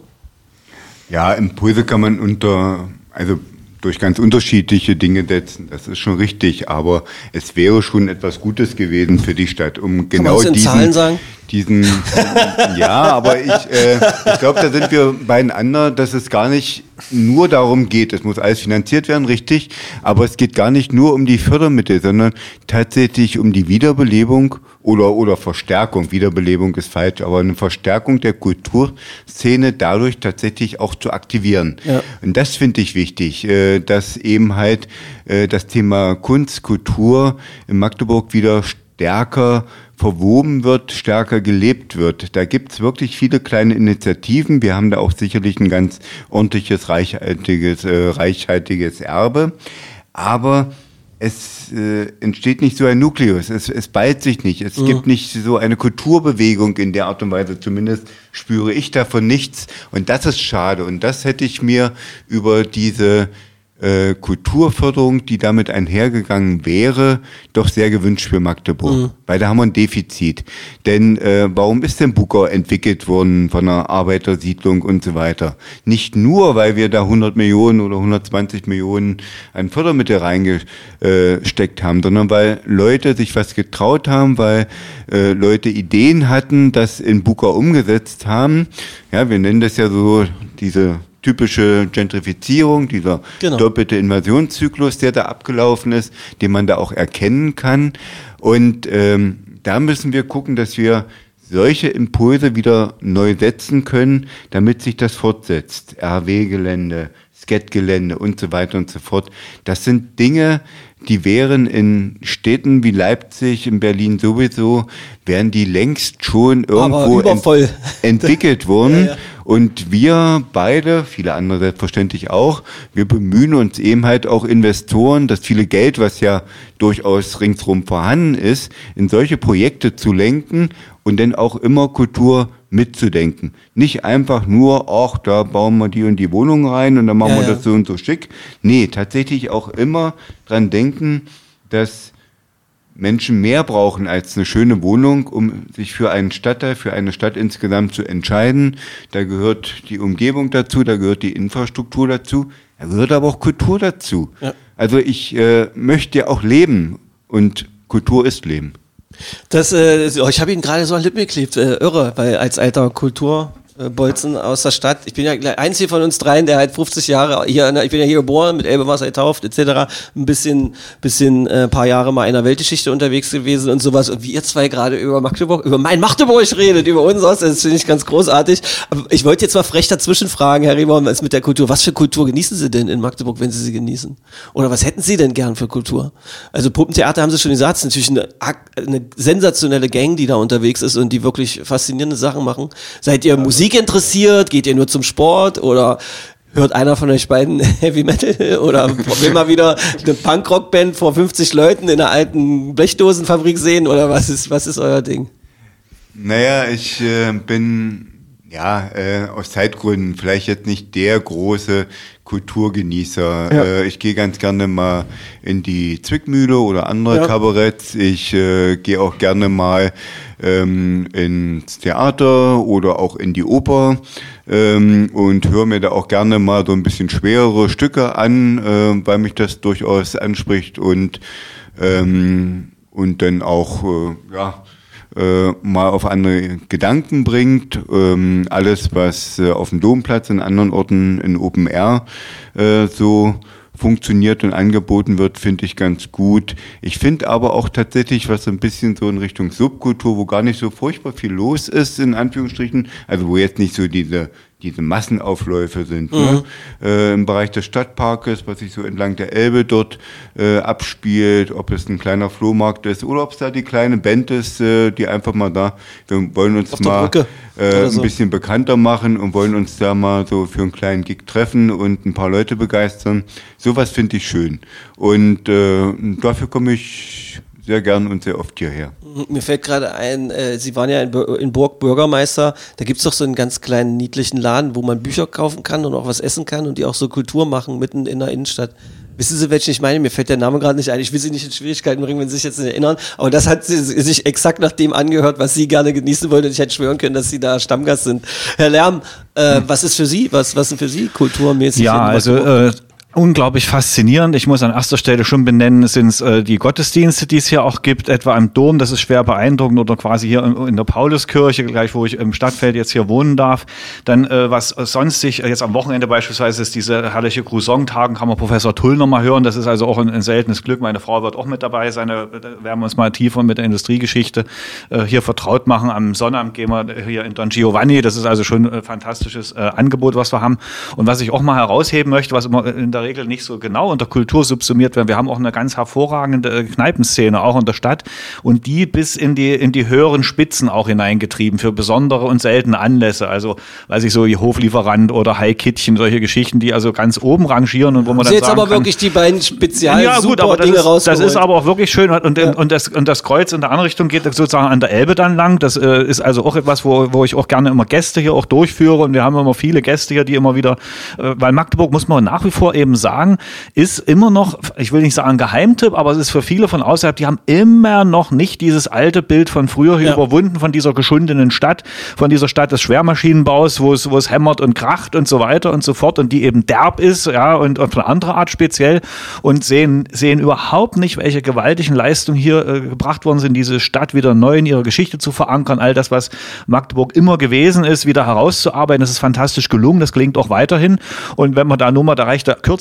Ja, Impulse kann man unter, also durch ganz unterschiedliche Dinge setzen, das ist schon richtig, aber es wäre schon etwas Gutes gewesen für die Stadt, um genau in diesen, Zahlen sagen? diesen, ja, aber ich, äh, ich glaube, da sind wir beieinander, dass es gar nicht nur darum geht, es muss alles finanziert werden, richtig, aber es geht gar nicht nur um die Fördermittel, sondern tatsächlich um die Wiederbelebung oder, oder Verstärkung, Wiederbelebung ist falsch, aber eine Verstärkung der Kulturszene dadurch tatsächlich auch zu aktivieren. Ja. Und das finde ich wichtig, äh, dass eben halt äh, das Thema Kunst, Kultur in Magdeburg wieder stärker verwoben wird, stärker gelebt wird. Da gibt's wirklich viele kleine Initiativen. Wir haben da auch sicherlich ein ganz ordentliches, reichhaltiges, äh, reichhaltiges Erbe. Aber es äh, entsteht nicht so ein Nukleus, es, es ballt sich nicht, es mhm. gibt nicht so eine Kulturbewegung in der Art und Weise, zumindest spüre ich davon nichts und das ist schade und das hätte ich mir über diese äh, Kulturförderung, die damit einhergegangen wäre, doch sehr gewünscht für Magdeburg, mhm. weil da haben wir ein Defizit. Denn äh, warum ist denn Buka entwickelt worden von einer Arbeitersiedlung und so weiter? Nicht nur, weil wir da hundert Millionen oder hundertzwanzig Millionen an Fördermittel reingesteckt haben, sondern weil Leute sich was getraut haben, weil äh, Leute Ideen hatten, das in Buka umgesetzt haben. Ja, wir nennen das ja so diese typische Gentrifizierung, dieser genau. doppelte Invasionszyklus, der da abgelaufen ist, den man da auch erkennen kann. Und ähm, da müssen wir gucken, dass wir solche Impulse wieder neu setzen können, damit sich das fortsetzt. R W-Gelände, Skat-Gelände und so weiter und so fort. Das sind Dinge, die wären in Städten wie Leipzig, in Berlin sowieso, wären die längst schon irgendwo ent- entwickelt worden. Ja, ja. Und wir beide, viele andere selbstverständlich auch, wir bemühen uns eben halt auch Investoren, das viele Geld, was ja durchaus ringsrum vorhanden ist, in solche Projekte zu lenken und dann auch immer Kultur mitzudenken. Nicht einfach nur, ach, da bauen wir die und die Wohnung rein und dann machen ja, wir ja. das so und so schick. Nee, tatsächlich auch immer dran denken, dass Menschen mehr brauchen als eine schöne Wohnung, um sich für einen Stadtteil, für eine Stadt insgesamt zu entscheiden. Da gehört die Umgebung dazu, da gehört die Infrastruktur dazu, da gehört aber auch Kultur dazu. Ja. Also ich äh, möchte ja auch leben und Kultur ist Leben. Das, äh, ich habe ihn gerade so an Lippen geklebt, äh, irre, weil als alter Kultur... Bolzen aus der Stadt. Ich bin ja der einzige von uns dreien, der halt fünfzig Jahre hier, ich bin ja hier geboren, mit Elbewasser getauft, et cetera. Ein bisschen, bisschen, äh, paar Jahre mal in der Weltgeschichte unterwegs gewesen und sowas. Und wie ihr zwei gerade über Magdeburg, über mein Magdeburg redet, über uns aus, das finde ich ganz großartig. Aber ich wollte jetzt mal frech dazwischen fragen, Herr Rehbaum, was mit der Kultur? Was für Kultur genießen Sie denn in Magdeburg, wenn Sie sie genießen? Oder was hätten Sie denn gern für Kultur? Also Puppentheater haben Sie schon gesagt, ist natürlich eine, eine sensationelle Gang, die da unterwegs ist und die wirklich faszinierende Sachen machen. Seid ihr Musik interessiert? Geht ihr nur zum Sport? Oder hört einer von euch beiden Heavy Metal? Oder will mal wieder eine Punk-Rock-Band vor fünfzig Leuten in einer alten Blechdosenfabrik sehen? Oder was ist, was ist euer Ding? Naja, ich äh, bin ja äh, aus Zeitgründen vielleicht jetzt nicht der große Kulturgenießer. Ja. Äh, ich gehe ganz gerne mal in die Zwickmühle oder andere ja. Kabaretts. Ich äh, gehe auch gerne mal ähm, ins Theater oder auch in die Oper ähm, und höre mir da auch gerne mal so ein bisschen schwerere Stücke an, äh, weil mich das durchaus anspricht und ähm, und dann auch äh, ja Äh, mal auf andere Gedanken bringt. Ähm, alles, was äh, auf dem Domplatz und anderen Orten in Open Air äh, so funktioniert und angeboten wird, finde ich ganz gut. Ich finde aber auch tatsächlich, was so ein bisschen so in Richtung Subkultur, wo gar nicht so furchtbar viel los ist, in Anführungsstrichen, also wo jetzt nicht so diese diese Massenaufläufe sind, mhm. ne? äh, im Bereich des Stadtparkes, was sich so entlang der Elbe dort äh, abspielt, ob es ein kleiner Flohmarkt ist oder ob es da die kleine Band ist, äh, die einfach mal da, wir wollen uns mal äh, so. ein bisschen bekannter machen und wollen uns da mal so für einen kleinen Gig treffen und ein paar Leute begeistern. Sowas finde ich schön und äh, dafür komme ich sehr gern und sehr oft hierher. Mir fällt gerade ein, äh, Sie waren ja in, in Burg Bürgermeister, da gibt's doch so einen ganz kleinen, niedlichen Laden, wo man Bücher kaufen kann und auch was essen kann und die auch so Kultur machen, mitten in der Innenstadt. Wissen Sie, welchen ich meine? Mir fällt der Name gerade nicht ein. Ich will Sie nicht in Schwierigkeiten bringen, wenn Sie sich jetzt nicht erinnern, aber das hat sich exakt nach dem angehört, was Sie gerne genießen wollten und ich hätte schwören können, dass Sie da Stammgast sind. Herr Lärm, äh, hm. was ist für Sie, was, was sind für Sie kulturmäßig? Ja, also äh, unglaublich faszinierend. Ich muss an erster Stelle schon benennen, sind es äh, die Gottesdienste, die es hier auch gibt, etwa im Dom, das ist schwer beeindruckend, oder quasi hier in, in der Pauluskirche, gleich wo ich im Stadtfeld jetzt hier wohnen darf. Dann, äh, was sonst sich, äh, jetzt am Wochenende beispielsweise, ist diese herrliche Croissant-Tagen, kann man Professor Tull noch mal hören, das ist also auch ein, ein seltenes Glück. Meine Frau wird auch mit dabei sein, da werden wir uns mal tiefer mit der Industriegeschichte äh, hier vertraut machen. Am Sonnabend gehen wir hier in Don Giovanni, das ist also schon ein fantastisches äh, Angebot, was wir haben. Und was ich auch mal herausheben möchte, was immer in der Regel nicht so genau unter Kultur subsumiert werden. Wir haben auch eine ganz hervorragende Kneipenszene, auch in der Stadt, und die bis in die, in die höheren Spitzen auch hineingetrieben für besondere und seltene Anlässe. Also, weiß ich so, wie Hoflieferant oder Haikittchen, solche Geschichten, die also ganz oben rangieren und wo man dann jetzt sagen aber kann, wirklich die beiden spezial ja, gut, aber das Dinge ist, rausgeholt. Das ist aber auch wirklich schön und, ja. und, das, und das Kreuz in der anderen Richtung geht sozusagen an der Elbe dann lang. Das äh, ist also auch etwas, wo, wo ich auch gerne immer Gäste hier auch durchführe, und wir haben immer viele Gäste hier, die immer wieder, äh, weil Magdeburg, muss man nach wie vor eben sagen, ist immer noch, ich will nicht sagen Geheimtipp, aber es ist für viele von außerhalb, die haben immer noch nicht dieses alte Bild von früher hier ja. überwunden, von dieser geschundenen Stadt, von dieser Stadt des Schwermaschinenbaus, wo es, wo es hämmert und kracht und so weiter und so fort, und die eben derb ist, ja, und, und von anderer Art speziell, und sehen, sehen überhaupt nicht, welche gewaltigen Leistungen hier äh, gebracht worden sind, diese Stadt wieder neu in ihrer Geschichte zu verankern, all das, was Magdeburg immer gewesen ist, wieder herauszuarbeiten. Das ist fantastisch gelungen, das gelingt auch weiterhin, und wenn man da nur mal, da reicht der kürzeste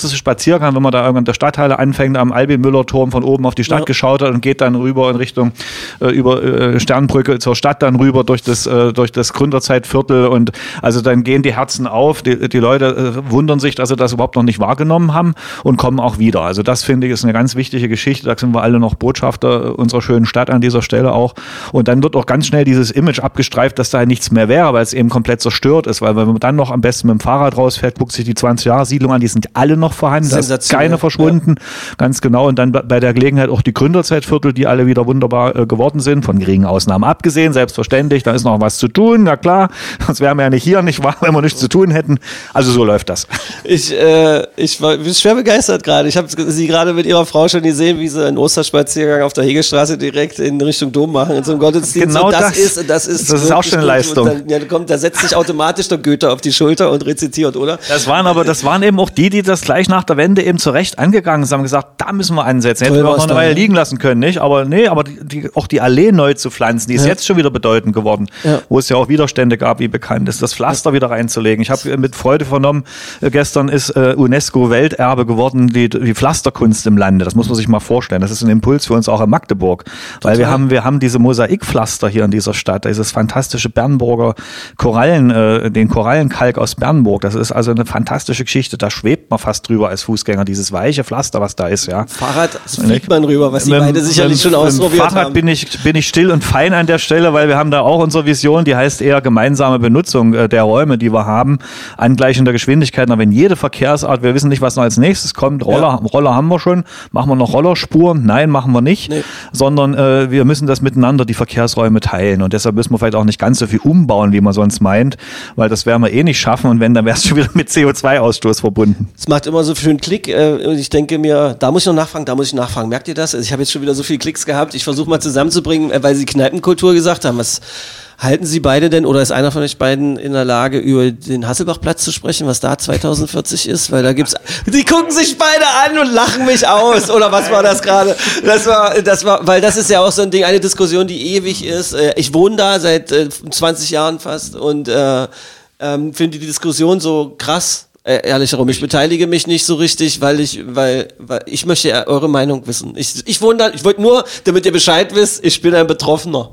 kürzeste Spaziergang, wenn man da irgendwann der Stadtteile anfängt, am Albin-Müller-Turm von oben auf die Stadt ja. geschaut hat und geht dann rüber in Richtung äh, über äh, Sternbrücke zur Stadt, dann rüber durch das, äh, durch das Gründerzeitviertel und also dann gehen die Herzen auf, die, die Leute äh, wundern sich, dass sie das überhaupt noch nicht wahrgenommen haben und kommen auch wieder. Also das finde ich ist eine ganz wichtige Geschichte, da sind wir alle noch Botschafter unserer schönen Stadt an dieser Stelle auch und dann wird auch ganz schnell dieses Image abgestreift, dass da nichts mehr wäre, weil es eben komplett zerstört ist, weil wenn man dann noch am besten mit dem Fahrrad rausfährt, guckt sich die zwanzig-Jahre-Siedlung an, die sind alle noch vorhanden, da ist keine verschwunden, ja. ganz genau und dann bei der Gelegenheit auch die Gründerzeitviertel, die alle wieder wunderbar äh, geworden sind, von geringen Ausnahmen abgesehen, selbstverständlich, da ist noch was zu tun, na klar, sonst wären wir ja nicht hier, nicht wahr, wenn wir nichts zu tun hätten, also so läuft das. Ich, äh, ich war bin schwer begeistert gerade, ich habe Sie gerade mit Ihrer Frau schon gesehen, wie Sie einen Osterspaziergang auf der Hegestraße direkt in Richtung Dom machen, in so einem Gottesdienst, genau und das, das ist, das ist, das ist auch schon eine Leistung. Dann, ja, kommt, da setzt sich automatisch der Goethe auf die Schulter und rezitiert, oder? Das waren aber, das waren eben auch die, die das gleich nach der Wende eben zurecht angegangen sind, haben gesagt, da müssen wir ansetzen. Hätten wir auch noch eine Weile liegen lassen können, nicht? Aber nee, aber die, die, auch die Allee neu zu pflanzen, die ist ja. jetzt schon wieder bedeutend geworden, ja. wo es ja auch Widerstände gab, wie bekannt ist, das Pflaster ja. wieder reinzulegen. Ich habe mit Freude vernommen, äh, gestern ist äh, UNESCO-Welterbe geworden, die, die Pflasterkunst im Lande. Das muss man sich mal vorstellen. Das ist ein Impuls für uns auch in Magdeburg. Total. Weil wir haben, wir haben diese Mosaikpflaster hier in dieser Stadt, dieses fantastische Bernburger Korallen, äh, den Korallenkalk aus Bernburg. Das ist also eine fantastische Geschichte. Da schwebt man fast drüber als Fußgänger, dieses weiche Pflaster, was da ist, ja. Fahrrad fliegt man rüber, was die beide sicherlich schon ausprobiert haben. Fahrrad bin ich, bin ich still und fein an der Stelle, weil wir haben da auch unsere Vision, die heißt eher gemeinsame Benutzung äh, der Räume, die wir haben, angleichender Geschwindigkeit. Aber wenn jede Verkehrsart, wir wissen nicht, was noch als nächstes kommt, Roller, ja. Roller haben wir schon, machen wir noch Rollerspuren? Nein, machen wir nicht, nee. sondern äh, wir müssen das miteinander, die Verkehrsräume teilen und deshalb müssen wir vielleicht auch nicht ganz so viel umbauen, wie man sonst meint, weil das werden wir eh nicht schaffen und wenn, dann wäre es schon wieder mit C O zwei Ausstoß verbunden. Es macht immer so schön Klick äh, und ich denke mir, da muss ich noch nachfragen, da muss ich nachfragen. Merkt ihr das? Also ich habe jetzt schon wieder so viele Klicks gehabt. Ich versuche mal zusammenzubringen, äh, weil Sie Kneipenkultur gesagt haben. Was halten Sie beide denn oder ist einer von euch beiden in der Lage, über den Hasselbachplatz zu sprechen, was da zweitausendvierzig ist? Weil da gibt's, die gucken sich beide an und lachen mich aus. Oder was war das gerade? Das war, das war, weil das ist ja auch so ein Ding, eine Diskussion, die ewig ist. Ich wohne da seit zwanzig Jahren fast und äh, ähm, finde die Diskussion so krass. Äh, ehrlich herum, ich beteilige mich nicht so richtig, weil ich, weil, weil ich möchte ja eure Meinung wissen. Ich, ich wohne da, ich wollte nur, damit ihr Bescheid wisst, ich bin ein Betroffener.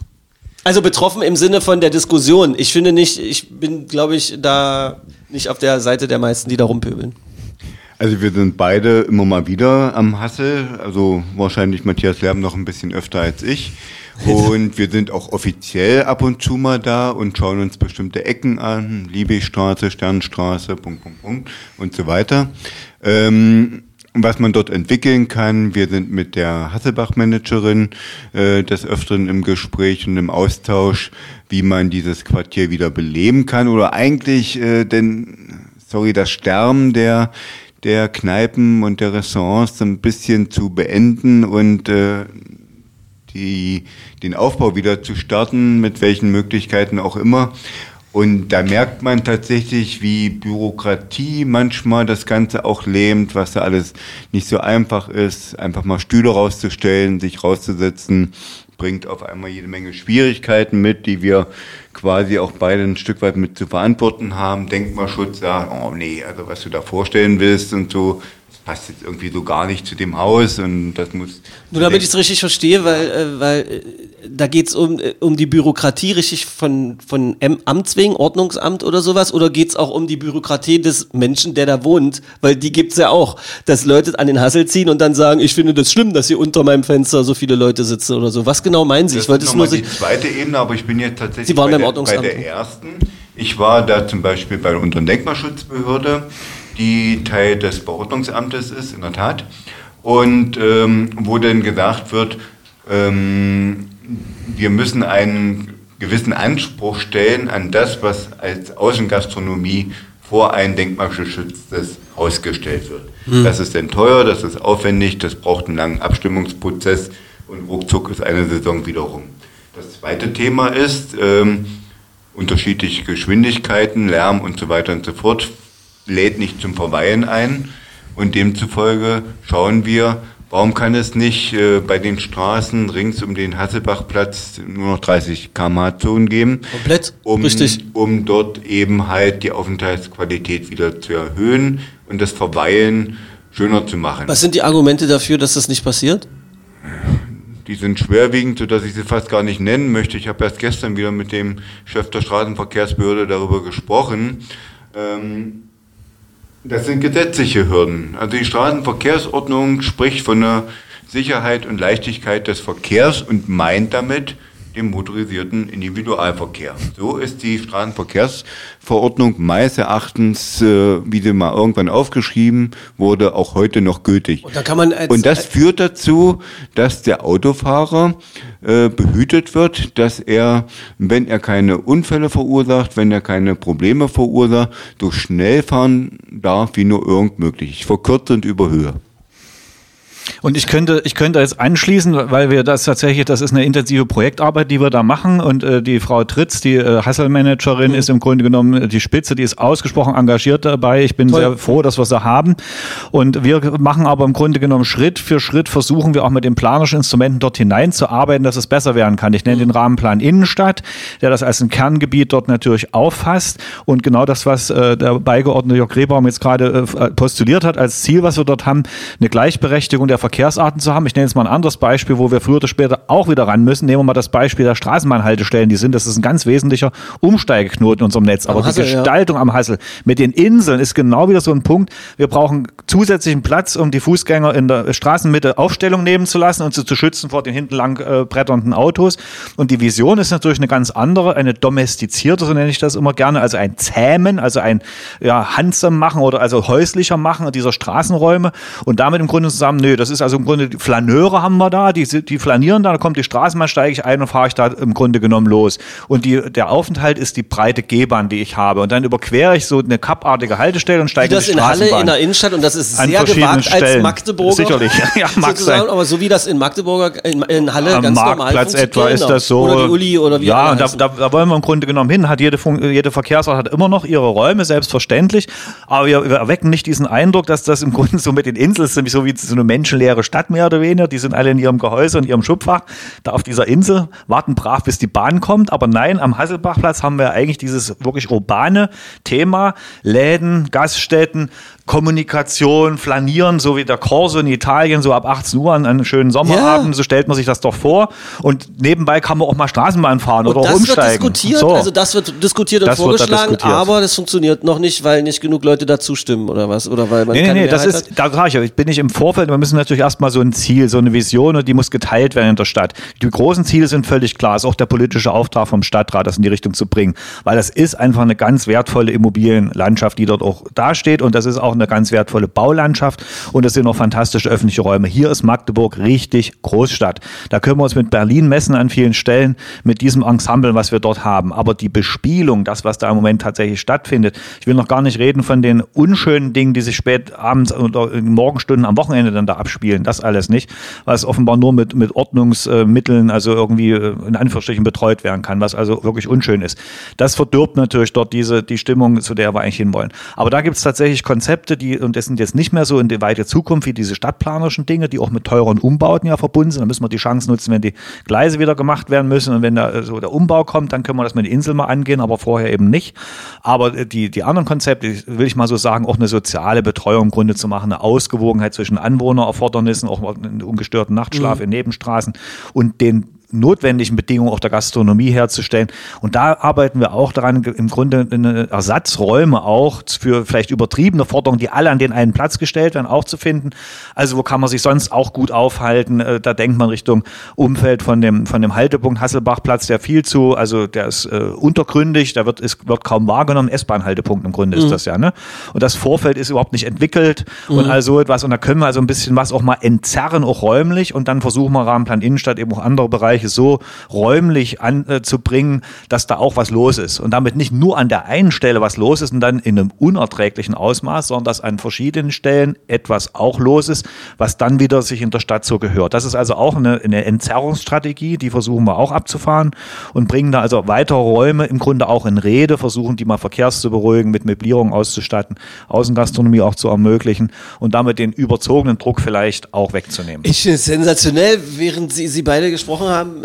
Also betroffen im Sinne von der Diskussion. Ich finde nicht, ich bin, glaube ich, da nicht auf der Seite der meisten, die da rumpöbeln. Also wir sind beide immer mal wieder am Hassel, also wahrscheinlich Matthias Lerm noch ein bisschen öfter als ich. Und wir sind auch offiziell ab und zu mal da und schauen uns bestimmte Ecken an, Liebigstraße, Sternstraße, Punkt, Punkt, Punkt und so weiter. Ähm, was man dort entwickeln kann, wir sind mit der Hasselbach-Managerin äh, des Öfteren im Gespräch und im Austausch, wie man dieses Quartier wieder beleben kann oder eigentlich, äh, denn, sorry, das Sterben der der Kneipen und der Restaurants ein bisschen zu beenden und äh, die, den Aufbau wieder zu starten, mit welchen Möglichkeiten auch immer. Und da merkt man tatsächlich, wie Bürokratie manchmal das Ganze auch lähmt, was da alles nicht so einfach ist. Einfach mal Stühle rauszustellen, sich rauszusetzen, bringt auf einmal jede Menge Schwierigkeiten mit, die wir quasi auch beide ein Stück weit mit zu verantworten haben. Denkmalschutz sagt, oh nee, also was du da vorstellen willst und so, passt jetzt irgendwie so gar nicht zu dem Haus und das muss... Nur damit ich es richtig verstehe, weil, äh, weil äh, da geht es um, äh, um die Bürokratie richtig von, von Amts wegen, Ordnungsamt oder sowas, oder geht es auch um die Bürokratie des Menschen, der da wohnt, weil die gibt es ja auch, dass Leute an den Hassel ziehen und dann sagen, ich finde das schlimm, dass hier unter meinem Fenster so viele Leute sitzen oder so. Was genau meinen Sie? Das ich wollte ist es nur die zweite Ebene, aber ich bin jetzt tatsächlich Sie waren bei, beim der, Ordnungsamt. bei der ersten. Ich war da zum Beispiel bei unserer Denkmalschutzbehörde, die Teil des Verordnungsamtes ist, in der Tat, und ähm, wo dann gesagt wird, ähm, wir müssen einen gewissen Anspruch stellen an das, was als Außengastronomie vor ein denkmalgeschütztes Haus gestellt wird. Hm. Das ist denn teuer, das ist aufwendig, das braucht einen langen Abstimmungsprozess und ruckzuck ist eine Saison wieder rum. Das zweite Thema ist ähm, unterschiedliche Geschwindigkeiten, Lärm und so weiter und so fort, lädt nicht zum Verweilen ein und demzufolge schauen wir, Warum kann es nicht äh, bei den Straßen rings um den Hasselbachplatz nur noch dreißig Kilometer pro Stunde Zonen geben? Komplett, um, richtig. Um dort eben halt die Aufenthaltsqualität wieder zu erhöhen und das Verweilen schöner zu machen. Was sind die Argumente dafür, dass das nicht passiert? Die sind schwerwiegend, sodass ich sie fast gar nicht nennen möchte. Ich habe erst gestern wieder mit dem Chef der Straßenverkehrsbehörde darüber gesprochen. Ähm, Das sind gesetzliche Hürden. Also die Straßenverkehrsordnung spricht von der Sicherheit und Leichtigkeit des Verkehrs und meint damit den motorisierten Individualverkehr. So ist die Straßenverkehrsverordnung meines Erachtens, äh, wie sie mal irgendwann aufgeschrieben wurde, auch heute noch gültig. Und, da kann man als, und das führt dazu, dass der Autofahrer äh, behütet wird, dass er, wenn er keine Unfälle verursacht, wenn er keine Probleme verursacht, so schnell fahren darf, wie nur irgend möglich. Ich verkürze und überhöhe. Und ich könnte, ich könnte jetzt anschließen, weil wir das tatsächlich, das ist eine intensive Projektarbeit, die wir da machen und äh, die Frau Tritz, die äh, Hustle-Managerin, mhm. ist im Grunde genommen die Spitze, die ist ausgesprochen engagiert dabei. Ich bin Toll. sehr froh, dass wir sie haben und wir machen aber im Grunde genommen Schritt für Schritt, versuchen wir auch mit den planerischen Instrumenten dort hineinzuarbeiten, dass es besser werden kann. Ich nenne mhm. den Rahmenplan Innenstadt, der das als ein Kerngebiet dort natürlich auffasst und genau das, was äh, der Beigeordnete Jörg Rehbaum jetzt gerade äh, postuliert hat als Ziel, was wir dort haben, eine Gleichberechtigung der Verkehrsarten zu haben. Ich nenne jetzt mal ein anderes Beispiel, wo wir früher oder später auch wieder ran müssen. Nehmen wir mal das Beispiel der Straßenbahnhaltestellen, die sind, das ist ein ganz wesentlicher Umsteigeknoten in unserem Netz. Aber Hassel, die Gestaltung ja. am Hassel mit den Inseln ist genau wieder so ein Punkt. Wir brauchen zusätzlichen Platz, um die Fußgänger in der Straßenmitte Aufstellung nehmen zu lassen und sie zu schützen vor den hinten lang äh, bretternden Autos. Und die Vision ist natürlich eine ganz andere, eine domestizierte, so nenne ich das immer gerne, also ein Zähmen, also ein ja, handsam machen oder also häuslicher machen dieser Straßenräume und damit im Grunde zusammen, nö, das ist also im Grunde, die Flaneure haben wir da, die, die flanieren da, da kommt die Straßenbahn, steige ich ein und fahre ich da im Grunde genommen los. Und die, der Aufenthalt ist die breite G-Bahn, die ich habe. Und dann überquere ich so eine kappartige Haltestelle und steige in die Straßenbahn. Das in Halle in der Innenstadt und das ist sehr gewagt Stellen. als Magdeburger. Sicherlich, ja, mag sein. Aber so wie das in Magdeburger, in, in Halle Am ganz normal Marktplatz etwa ist das so. Oder die Uli oder wie Ja, und da, da, da wollen wir im Grunde genommen hin. Hat jede, Fun- jede Verkehrsart hat immer noch ihre Räume, selbstverständlich. Aber wir, wir erwecken nicht diesen Eindruck, dass das im Grunde so mit den Inseln ist, so wie so eine menschenleere Stadt mehr oder weniger. Die sind alle in ihrem Gehäuse und ihrem Schubfach da auf dieser Insel, warten brav, bis die Bahn kommt. Aber nein, am Hasselbachplatz haben wir eigentlich dieses wirklich urbane Thema. Läden, Gaststätten, Kommunikation, Flanieren, so wie der Corso in Italien, so ab achtzehn Uhr an einem schönen Sommerabend, ja. so stellt man sich das doch vor. Und nebenbei kann man auch mal Straßenbahn fahren und oder auch umsteigen. Das wird diskutiert, so. also das wird diskutiert und das vorgeschlagen, wird da diskutiert. aber das funktioniert noch nicht, weil nicht genug Leute dazu stimmen oder was? Oder weil man nee, nee, keine nee, das Mehrheit ist, da sage ich ja, ich bin nicht im Vorfeld, wir müssen natürlich erstmal so ein Ziel, so eine Vision und die muss geteilt werden in der Stadt. Die großen Ziele sind völlig klar, ist auch der politische Auftrag vom Stadtrat, das in die Richtung zu bringen, weil das ist einfach eine ganz wertvolle Immobilienlandschaft, die dort auch dasteht und das ist auch eine ganz wertvolle Baulandschaft und es sind auch fantastische öffentliche Räume. Hier ist Magdeburg richtig Großstadt. Da können wir uns mit Berlin messen an vielen Stellen, mit diesem Ensemble, was wir dort haben. Aber die Bespielung, das, was da im Moment tatsächlich stattfindet, ich will noch gar nicht reden von den unschönen Dingen, die sich spät abends oder in Morgenstunden am Wochenende dann da abspielen. Das alles nicht, was offenbar nur mit, mit Ordnungsmitteln, also irgendwie in Anführungsstrichen betreut werden kann, was also wirklich unschön ist. Das verdirbt natürlich dort diese, die Stimmung, zu der wir eigentlich hinwollen. Aber da gibt es tatsächlich Konzepte, die, und das sind jetzt nicht mehr so in die weite Zukunft wie diese stadtplanerischen Dinge, die auch mit teuren Umbauten ja verbunden sind. Da müssen wir die Chance nutzen, wenn die Gleise wieder gemacht werden müssen und wenn da so der Umbau kommt, dann können wir das mit der Insel mal angehen, aber vorher eben nicht. Aber die, die anderen Konzepte, will ich mal so sagen, auch eine soziale Betreuung im Grunde zu machen, eine Ausgewogenheit zwischen Anwohnererfordernissen, auch einen ungestörten Nachtschlaf mhm. in Nebenstraßen und den notwendigen Bedingungen auch der Gastronomie herzustellen. Und da arbeiten wir auch daran, im Grunde Ersatzräume auch für vielleicht übertriebene Forderungen, die alle an den einen Platz gestellt werden, auch zu finden. Also wo kann man sich sonst auch gut aufhalten? Da denkt man Richtung Umfeld von dem, von dem Haltepunkt Hasselbachplatz, der viel zu, also der ist äh, untergründig, da wird, ist, wird kaum wahrgenommen. S-Bahn-Haltepunkt im Grunde mhm. ist das ja, ne? Und das Vorfeld ist überhaupt nicht entwickelt mhm. und all so etwas. Und da können wir also ein bisschen was auch mal entzerren, auch räumlich. Und dann versuchen wir Rahmenplan Innenstadt eben auch andere Bereiche Bereiche so räumlich anzubringen, äh, dass da auch was los ist. Und damit nicht nur an der einen Stelle was los ist und dann in einem unerträglichen Ausmaß, sondern dass an verschiedenen Stellen etwas auch los ist, was dann wieder sich in der Stadt so gehört. Das ist also auch eine, eine Entzerrungsstrategie, die versuchen wir auch abzufahren und bringen da also weitere Räume im Grunde auch in Rede, versuchen die mal verkehrs zu beruhigen, mit Möblierung auszustatten, Außengastronomie auch zu ermöglichen und damit den überzogenen Druck vielleicht auch wegzunehmen. Ich finde es sensationell, während Sie, Sie beide gesprochen haben.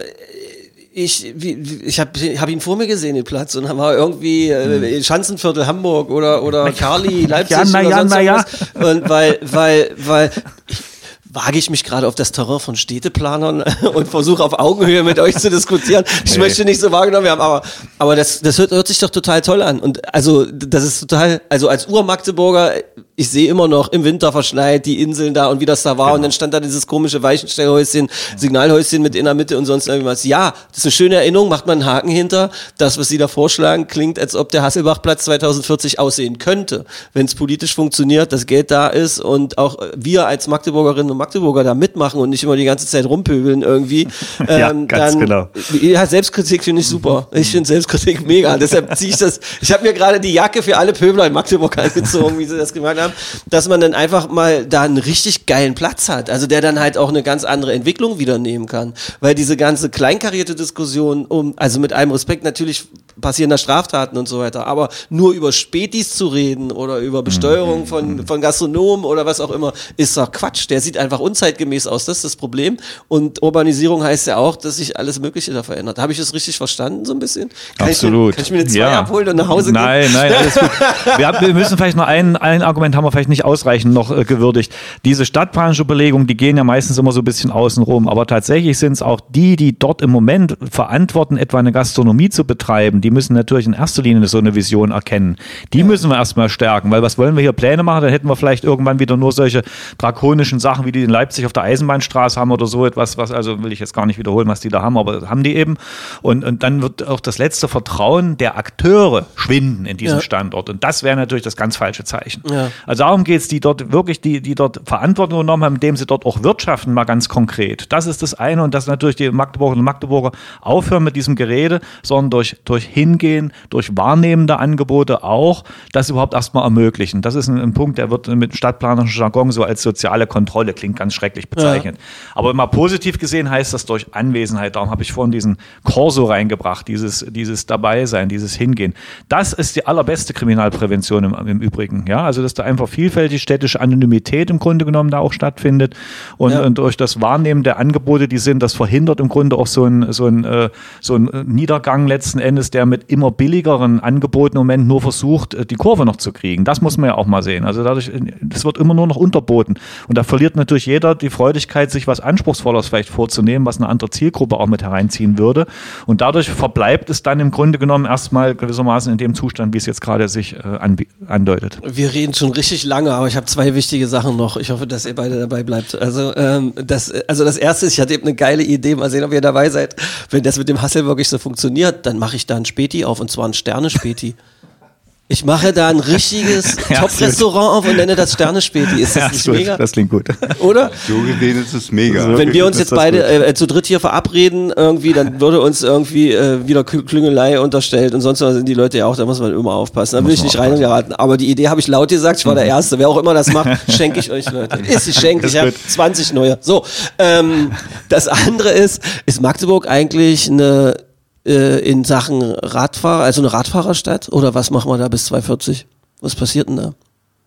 Ich, wie, ich habe hab ihn vor mir gesehen, den Platz, und war irgendwie äh, Schanzenviertel Hamburg oder, oder Carly, Leipzig ja, na, oder ja, sonst na, irgendwas. Ja. Und weil, weil, weil, ich, wage ich mich gerade auf das Terrain von Städteplanern und versuche auf Augenhöhe mit euch zu diskutieren. Ich hey. möchte nicht so wahrgenommen werden, aber, aber das, das hört, hört sich doch total toll an. Und also, das ist total, also als Ur-Magdeburger, ich sehe immer noch im Winter verschneit die Inseln da und wie das da war. Genau. Und dann stand da dieses komische Weichenstellhäuschen, Signalhäuschen mit in der Mitte und sonst irgendwas. Ja, das ist eine schöne Erinnerung, macht man einen Haken hinter. Das, was Sie da vorschlagen, klingt, als ob der Hasselbachplatz zweitausendvierzig aussehen könnte, wenn es politisch funktioniert, das Geld da ist und auch wir als Magdeburgerinnen und Magdeburger da mitmachen und nicht immer die ganze Zeit rumpöbeln irgendwie. Ähm, ja, ganz dann, genau. Ja, Selbstkritik finde ich super. Ich finde Selbstkritik mega. Deshalb ziehe ich das. Ich habe mir gerade die Jacke für alle Pöbler in Magdeburg angezogen, wie sie das gemacht haben, dass man dann einfach mal da einen richtig geilen Platz hat. Also der dann halt auch eine ganz andere Entwicklung wieder nehmen kann. Weil diese ganze kleinkarierte Diskussion um, also mit allem Respekt, natürlich passieren da Straftaten und so weiter, aber nur über Spätis zu reden oder über Besteuerung von, von Gastronomen oder was auch immer, ist doch Quatsch. Der sieht einfach unzeitgemäß aus. Das ist das Problem. Und Urbanisierung heißt ja auch, dass sich alles Mögliche da verändert. Habe ich das richtig verstanden, so ein bisschen? Kann Absolut. Ich mir, kann ich mir eine zwei ja. abholen und nach Hause gehen? Nein, nein, alles gut. Wir, haben, wir müssen vielleicht noch ein, ein Argument haben wir vielleicht nicht ausreichend noch äh, gewürdigt. Diese stadtplanische Überlegungen, die gehen ja meistens immer so ein bisschen außen rum, aber tatsächlich sind es auch die, die dort im Moment verantworten, etwa eine Gastronomie zu betreiben, die müssen natürlich in erster Linie so eine Vision erkennen. Die ja. müssen wir erstmal stärken, weil was wollen wir hier Pläne machen, dann hätten wir vielleicht irgendwann wieder nur solche drakonischen Sachen, wie die in Leipzig auf der Eisenbahnstraße haben oder so etwas, was, also will ich jetzt gar nicht wiederholen, was die da haben, aber haben die eben. Und, und dann wird auch das letzte Vertrauen der Akteure schwinden in diesem ja. Standort. Und das wäre natürlich das ganz falsche Zeichen. Ja. Also darum geht es, die dort wirklich, die, die dort Verantwortung genommen haben, indem sie dort auch wirtschaften, mal ganz konkret. Das ist das eine, und dass natürlich die Magdeburgerinnen und Magdeburger aufhören mit diesem Gerede, sondern durch, durch Hingehen, durch wahrnehmende Angebote auch, das überhaupt erstmal ermöglichen. Das ist ein, ein Punkt, der wird mit stadtplanerischen Jargon so als soziale Kontrolle, klingt ganz schrecklich bezeichnet. Ja. Aber mal positiv gesehen heißt das durch Anwesenheit. Darum habe ich vorhin diesen Korso reingebracht, dieses, dieses Dabeisein, dieses Hingehen. Das ist die allerbeste Kriminalprävention im, im Übrigen. Ja, also dass da einfach vielfältig städtische Anonymität im Grunde genommen da auch stattfindet und, ja. und durch das Wahrnehmen der Angebote, die sind, das verhindert im Grunde auch so ein, so ein, äh, so ein Niedergang letzten Endes, der mit immer billigeren Angeboten im Moment nur versucht, die Kurve noch zu kriegen. Das muss man ja auch mal sehen. Also dadurch, das wird immer nur noch unterboten. Und da verliert natürlich jeder die Freudigkeit, sich was Anspruchsvolleres vielleicht vorzunehmen, was eine andere Zielgruppe auch mit hereinziehen würde. Und dadurch verbleibt es dann im Grunde genommen erstmal gewissermaßen in dem Zustand, wie es jetzt gerade sich äh, andeutet. Wir reden schon richtig lange, aber ich habe zwei wichtige Sachen noch. Ich hoffe, dass ihr beide dabei bleibt. Also, ähm, das, also das erste ist, ich hatte eben eine geile Idee, mal sehen, ob ihr dabei seid. Wenn das mit dem Hassel wirklich so funktioniert, dann mache ich da ein Späti auf, und zwar ein Sterne-Späti. Ich mache da ein richtiges ja, Top-Restaurant auf und nenne das Sterne-Späti. Ist das ja, nicht gut. mega? Das klingt gut. Oder? So gesehen ist es mega. Also, wenn wir uns jetzt beide äh, zu dritt hier verabreden, irgendwie, dann würde uns irgendwie äh, wieder Klüngelei unterstellt und sonst was sind die Leute ja auch, da muss man immer aufpassen. Da will ich nicht reingeraten. Aber die Idee habe ich laut gesagt, ich war der Erste. Wer auch immer das macht, schenke ich euch, Leute. Ist, ich schenke, ich habe zwanzig neue. So, ähm, das andere ist, ist Magdeburg eigentlich eine in Sachen Radfahrer, also eine Radfahrerstadt, oder was machen wir da bis zweihundertvierzig? Was passiert denn da?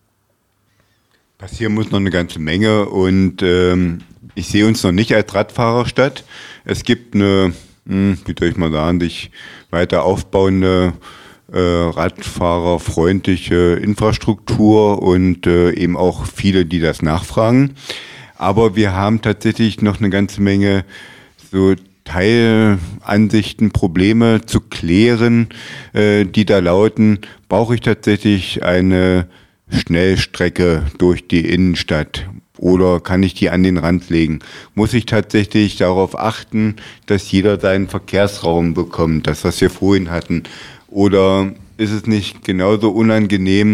Passieren muss noch eine ganze Menge, und ähm, ich sehe uns noch nicht als Radfahrerstadt. Es gibt eine, hm, wie soll ich mal sagen, sich weiter aufbauende äh, radfahrerfreundliche Infrastruktur und äh, eben auch viele, die das nachfragen. Aber wir haben tatsächlich noch eine ganze Menge so Teilansichten, Probleme zu klären, äh, die da lauten: Brauche ich tatsächlich eine Schnellstrecke durch die Innenstadt oder kann ich die an den Rand legen? Muss ich tatsächlich darauf achten, dass jeder seinen Verkehrsraum bekommt, das, was wir vorhin hatten? Oder ist es nicht genauso unangenehm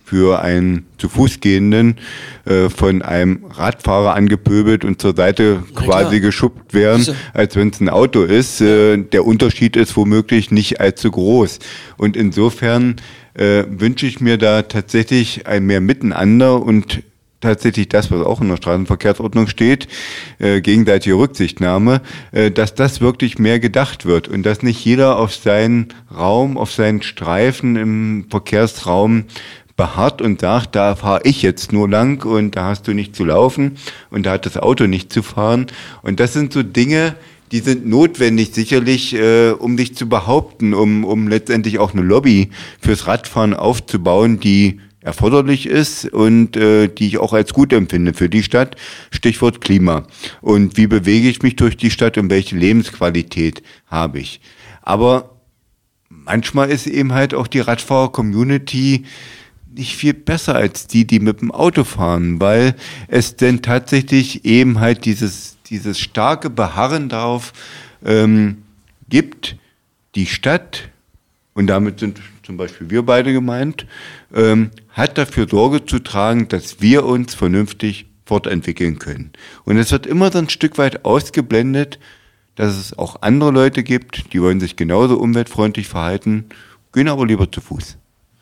für einen zu Fuß gehenden äh, von einem Radfahrer angepöbelt und zur Seite quasi klar. geschubbt werden, als wenn es ein Auto ist. Äh, der Unterschied ist womöglich nicht allzu groß. Und insofern äh, wünsche ich mir da tatsächlich ein mehr Miteinander und tatsächlich das, was auch in der Straßenverkehrsordnung steht, äh, gegenseitige Rücksichtnahme, äh, dass das wirklich mehr gedacht wird und dass nicht jeder auf seinen Raum, auf seinen Streifen im Verkehrsraum beharrt und sagt, da fahre ich jetzt nur lang und da hast du nicht zu laufen und da hat das Auto nicht zu fahren. Und das sind so Dinge, die sind notwendig sicherlich, äh, um dich zu behaupten, um, um letztendlich auch eine Lobby fürs Radfahren aufzubauen, die erforderlich ist und äh, die ich auch als gut empfinde für die Stadt. Stichwort Klima. Und wie bewege ich mich durch die Stadt und welche Lebensqualität habe ich? Aber manchmal ist eben halt auch die Radfahrer-Community nicht viel besser als die, die mit dem Auto fahren, weil es denn tatsächlich eben halt dieses, dieses starke Beharren darauf ähm, gibt, die Stadt, und damit sind zum Beispiel wir beide gemeint, ähm, hat dafür Sorge zu tragen, dass wir uns vernünftig fortentwickeln können. Und es wird immer so ein Stück weit ausgeblendet, dass es auch andere Leute gibt, die wollen sich genauso umweltfreundlich verhalten, gehen aber lieber zu Fuß.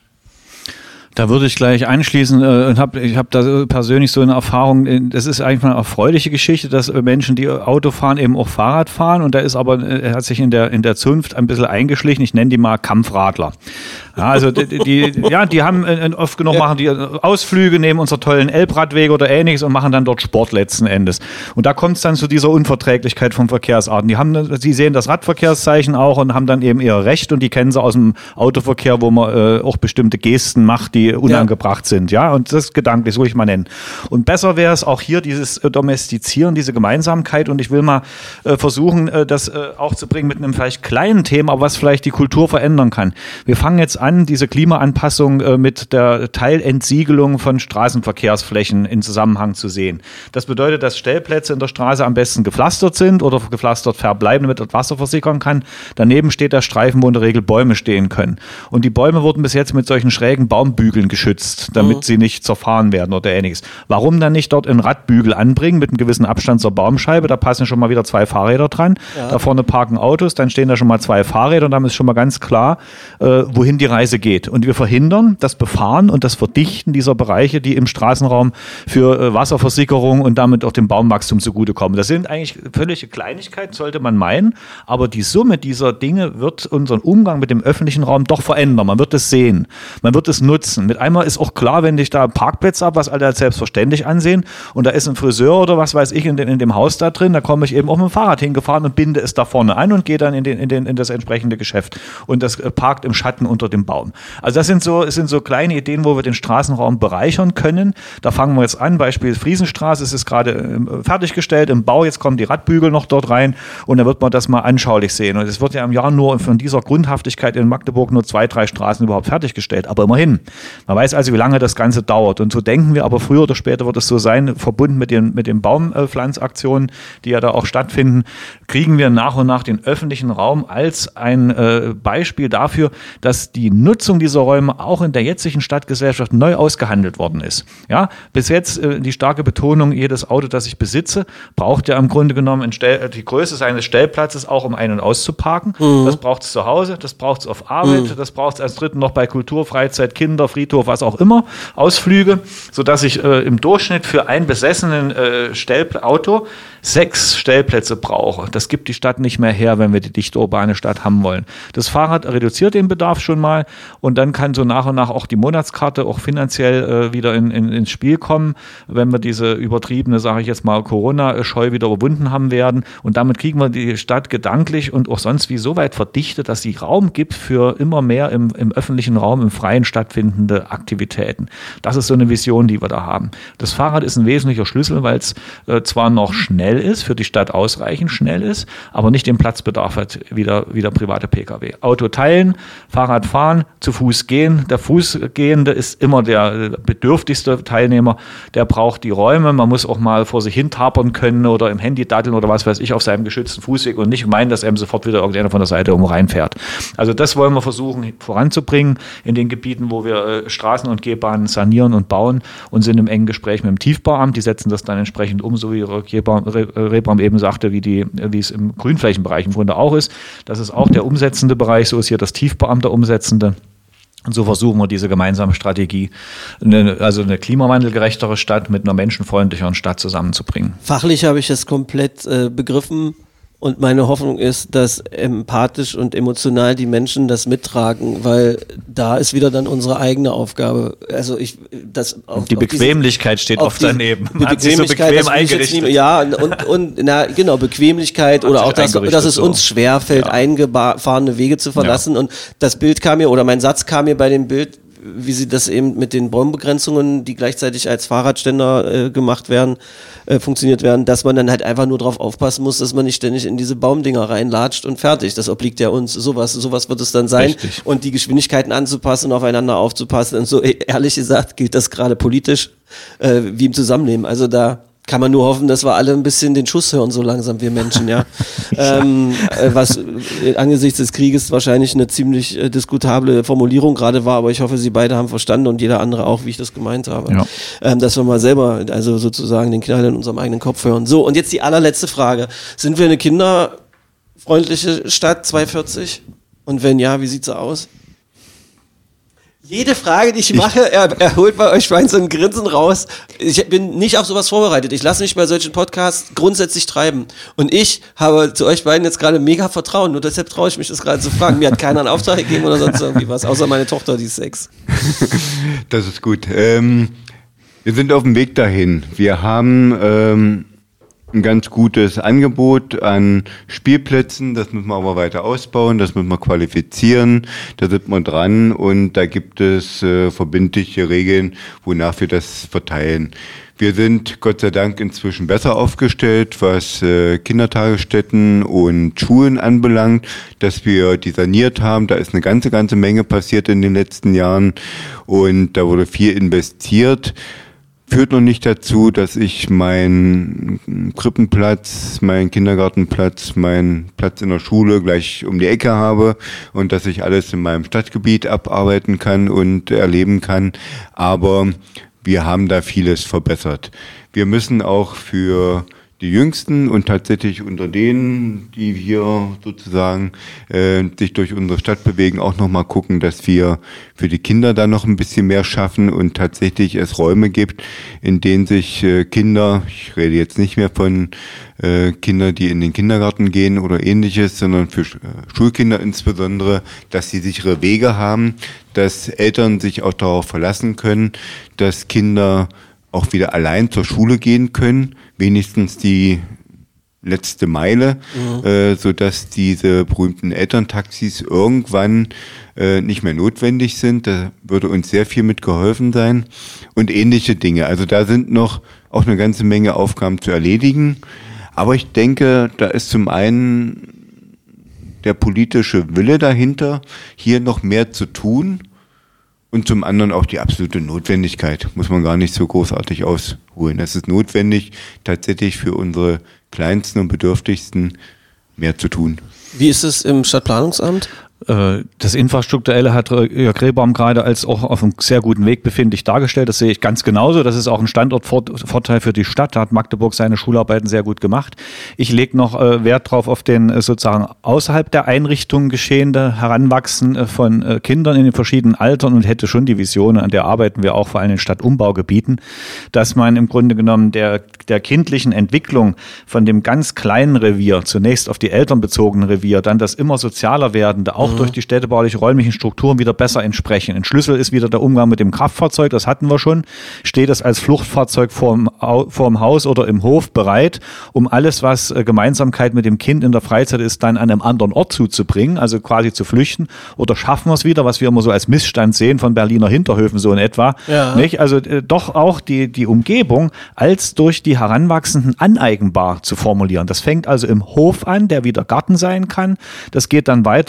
Da würde ich gleich anschließen äh, und hab, ich habe da persönlich so eine Erfahrung, das ist eigentlich eine erfreuliche Geschichte, dass Menschen, die Auto fahren, eben auch Fahrrad fahren und da ist aber, er hat sich in der in der Zunft ein bisschen eingeschlichen, ich nenne die mal Kampfradler. Ja, also die, die, ja, die haben oft genug, machen die Ausflüge, nehmen unsere tollen Elbradwege oder ähnliches und machen dann dort Sport letzten Endes. Und da kommt es dann zu dieser Unverträglichkeit von Verkehrsarten. Die haben, die sehen das Radverkehrszeichen auch und haben dann eben ihr Recht und die kennen sie aus dem Autoverkehr, wo man äh, auch bestimmte Gesten macht, die unangebracht ja. sind. Ja, und das ist gedanklich, so will ich mal nennen. Und besser wäre es auch hier dieses äh, Domestizieren, diese Gemeinsamkeit und ich will mal äh, versuchen, äh, das äh, auch zu bringen mit einem vielleicht kleinen Thema, aber was vielleicht die Kultur verändern kann. Wir fangen jetzt an, diese Klimaanpassung äh, mit der Teilentsiegelung von Straßenverkehrsflächen in Zusammenhang zu sehen. Das bedeutet, dass Stellplätze in der Straße am besten gepflastert sind oder gepflastert verbleiben, damit das Wasser versickern kann. Daneben steht der Streifen, wo in der Regel Bäume stehen können. Und die Bäume wurden bis jetzt mit solchen schrägen Baumbügeln geschützt, damit mhm. sie nicht zerfahren werden oder ähnliches. Warum dann nicht dort einen Radbügel anbringen mit einem gewissen Abstand zur Baumscheibe? Da passen schon mal wieder zwei Fahrräder dran. Ja. Da vorne parken Autos, dann stehen da schon mal zwei Fahrräder und dann ist schon mal ganz klar, äh, wohin die Reise geht. Und wir verhindern das Befahren und das Verdichten dieser Bereiche, die im Straßenraum für äh, Wasserversickerung und damit auch dem Baumwachstum zugutekommen. Das sind eigentlich völlige Kleinigkeiten, sollte man meinen, aber die Summe dieser Dinge wird unseren Umgang mit dem öffentlichen Raum doch verändern. Man wird es sehen, man wird es nutzen. Mit einmal ist auch klar, wenn ich da Parkplätze habe, was alle als selbstverständlich ansehen und da ist ein Friseur oder was weiß ich in, den, in dem Haus da drin, da komme ich eben auch mit dem Fahrrad hingefahren und binde es da vorne an und gehe dann in, den, in, den, in das entsprechende Geschäft und das äh, parkt im Schatten unter dem Baum. Also das sind so, es sind so kleine Ideen, wo wir den Straßenraum bereichern können. Da fangen wir jetzt an, Beispiel Friesenstraße, es ist gerade äh, fertiggestellt im Bau, jetzt kommen die Radbügel noch dort rein und dann wird man das mal anschaulich sehen. Und es wird ja im Jahr nur von dieser Grundhaftigkeit in Magdeburg nur zwei, drei Straßen überhaupt fertiggestellt, aber immerhin. Man weiß also, wie lange das Ganze dauert und so denken wir, aber früher oder später wird es so sein, verbunden mit den, mit den Baumpflanzaktionen, die ja da auch stattfinden, kriegen wir nach und nach den öffentlichen Raum als ein äh, Beispiel dafür, dass die Nutzung dieser Räume auch in der jetzigen Stadtgesellschaft neu ausgehandelt worden ist. Ja, bis jetzt äh, die starke Betonung, jedes Auto, das ich besitze, braucht ja im Grunde genommen ein Stell- die Größe seines Stellplatzes auch, um ein- und auszuparken. Mhm. Das braucht es zu Hause, das braucht es auf Arbeit, mhm. das braucht es als Dritten noch bei Kultur, Freizeit, Kinder, Friedhof, was auch immer, Ausflüge, sodass ich äh, im Durchschnitt für ein besessenen äh, Stellauto sechs Stellplätze brauche. Das gibt die Stadt nicht mehr her, wenn wir die dichte urbane Stadt haben wollen. Das Fahrrad reduziert den Bedarf schon mal und dann kann so nach und nach auch die Monatskarte auch finanziell äh, wieder in, in, ins Spiel kommen, wenn wir diese übertriebene, sage ich jetzt mal, Corona-Scheu wieder überwunden haben werden und damit kriegen wir die Stadt gedanklich und auch sonst wie so weit verdichtet, dass sie Raum gibt für immer mehr im, im öffentlichen Raum, im Freien stattfindende Aktivitäten. Das ist so eine Vision, die wir da haben. Das Fahrrad ist ein wesentlicher Schlüssel, weil es äh, zwar noch schnell ist, für die Stadt ausreichend schnell ist, aber nicht den Platzbedarf hat wie der, wie der private Pkw. Auto teilen, Fahrrad fahren, Gehbahn, zu Fuß gehen. Der Fußgehende ist immer der bedürftigste Teilnehmer. Der braucht die Räume. Man muss auch mal vor sich hin tapern können oder im Handy daddeln oder was weiß ich auf seinem geschützten Fußweg und nicht meinen, dass einem sofort wieder irgendeiner von der Seite irgendwo reinfährt. Also das wollen wir versuchen voranzubringen in den Gebieten, wo wir äh, Straßen und Gehbahnen sanieren und bauen und sind im engen Gespräch mit dem Tiefbauamt. Die setzen das dann entsprechend um, so wie Rehbaum eben sagte, wie, die, wie es im Grünflächenbereich im Grunde auch ist. Das ist auch der umsetzende Bereich, so ist hier das Tiefbauamt der Umsetzende. Und so versuchen wir diese gemeinsame Strategie, eine, also eine klimawandelgerechtere Stadt mit einer menschenfreundlicheren Stadt zusammenzubringen. Fachlich habe ich es komplett äh, begriffen. Und meine Hoffnung ist, dass empathisch und emotional die Menschen das mittragen, weil da ist wieder dann unsere eigene Aufgabe. Also ich, das auf, die Bequemlichkeit diese, steht oft daneben. Die Bequemlichkeit, so bequem eingerichtet. Nicht, ja, und, und na, genau, Bequemlichkeit oder auch, das, dass es uns so schwerfällt, ja. eingefahrene Wege zu verlassen. Ja. Und das Bild kam mir, oder mein Satz kam mir bei dem Bild, wie sie das eben mit den Baumbegrenzungen, die gleichzeitig als Fahrradständer äh, gemacht werden, äh, funktioniert werden, dass man dann halt einfach nur drauf aufpassen muss, dass man nicht ständig in diese Baumdinger reinlatscht und fertig. Das obliegt ja uns. Sowas, sowas wird es dann sein. Richtig. Und die Geschwindigkeiten anzupassen, aufeinander aufzupassen. Und so ehrlich gesagt gilt das gerade politisch äh, wie im Zusammenleben. Also da kann man nur hoffen, dass wir alle ein bisschen den Schuss hören, so langsam wir Menschen, ja. ähm, äh, was äh, angesichts des Krieges wahrscheinlich eine ziemlich äh, diskutable Formulierung gerade war, aber ich hoffe, Sie beide haben verstanden und jeder andere auch, wie ich das gemeint habe. Ja. Ähm, dass wir mal selber, also sozusagen den Knall in unserem eigenen Kopf hören. So, und jetzt die allerletzte Frage. Sind wir eine kinderfreundliche Stadt, zweihundertvierzig? Und wenn ja, wie sieht sie aus? Jede Frage, die ich mache, er, er holt bei euch so ein Grinsen raus. Ich bin nicht auf sowas vorbereitet. Ich lasse mich bei solchen Podcasts grundsätzlich treiben. Und ich habe zu euch beiden jetzt gerade mega Vertrauen. Nur deshalb traue ich mich, das gerade zu fragen. Mir hat keiner einen Auftrag gegeben oder sonst irgendwie was, außer meine Tochter, die ist sechs. Das ist gut. Ähm, wir sind auf dem Weg dahin. Wir haben ähm, ein ganz gutes Angebot an Spielplätzen, das müssen wir aber weiter ausbauen, das müssen wir qualifizieren, da sind wir dran und da gibt es äh, verbindliche Regeln, wonach wir das verteilen. Wir sind Gott sei Dank inzwischen besser aufgestellt, was äh, Kindertagesstätten und Schulen anbelangt, dass wir die saniert haben. Da ist eine ganze, ganze Menge passiert in den letzten Jahren und da wurde viel investiert. Führt noch nicht dazu, dass ich meinen Krippenplatz, meinen Kindergartenplatz, meinen Platz in der Schule gleich um die Ecke habe und dass ich alles in meinem Stadtgebiet abarbeiten kann und erleben kann. Aber wir haben da vieles verbessert. Wir müssen auch für die Jüngsten und tatsächlich unter denen, die hier sozusagen äh, sich durch unsere Stadt bewegen, auch nochmal gucken, dass wir für die Kinder da noch ein bisschen mehr schaffen und tatsächlich es Räume gibt, in denen sich äh, Kinder, ich rede jetzt nicht mehr von äh, Kindern, die in den Kindergarten gehen oder ähnliches, sondern für äh, Schulkinder insbesondere, dass sie sichere Wege haben, dass Eltern sich auch darauf verlassen können, dass Kinder auch wieder allein zur Schule gehen können, wenigstens die letzte Meile, mhm. äh, sodass diese berühmten Elterntaxis irgendwann äh, nicht mehr notwendig sind. Da würde uns sehr viel mit geholfen sein und ähnliche Dinge. Also da sind noch auch eine ganze Menge Aufgaben zu erledigen. Aber ich denke, da ist zum einen der politische Wille dahinter, hier noch mehr zu tun. Und zum anderen auch die absolute Notwendigkeit, muss man gar nicht so großartig ausholen. Es ist notwendig, tatsächlich für unsere Kleinsten und Bedürftigsten mehr zu tun. Wie ist es im Stadtplanungsamt? Das Infrastrukturelle hat Jörg Rehbaum gerade als auch auf einem sehr guten Weg befindlich dargestellt. Das sehe ich ganz genauso. Das ist auch ein Standortvorteil für die Stadt. Da hat Magdeburg seine Schularbeiten sehr gut gemacht. Ich lege noch Wert drauf auf den sozusagen außerhalb der Einrichtungen geschehende Heranwachsen von Kindern in den verschiedenen Altern und hätte schon die Vision, an der arbeiten wir auch vor allem in Stadtumbaugebieten, dass man im Grunde genommen der, der kindlichen Entwicklung von dem ganz kleinen Revier, zunächst auf die elternbezogenen Revier, dann das immer sozialer werdende, auch durch die städtebauliche räumlichen Strukturen wieder besser entsprechen. Ein Schlüssel ist wieder der Umgang mit dem Kraftfahrzeug, das hatten wir schon. Steht es als Fluchtfahrzeug vorm, vorm Haus oder im Hof bereit, um alles, was Gemeinsamkeit mit dem Kind in der Freizeit ist, dann an einem anderen Ort zuzubringen, also quasi zu flüchten. Oder schaffen wir es wieder, was wir immer so als Missstand sehen von Berliner Hinterhöfen so in etwa. Ja. Nicht? Also äh, doch auch die, die Umgebung als durch die Heranwachsenden aneigenbar zu formulieren. Das fängt also im Hof an, der wieder Garten sein kann. Das geht dann weiter, einmal um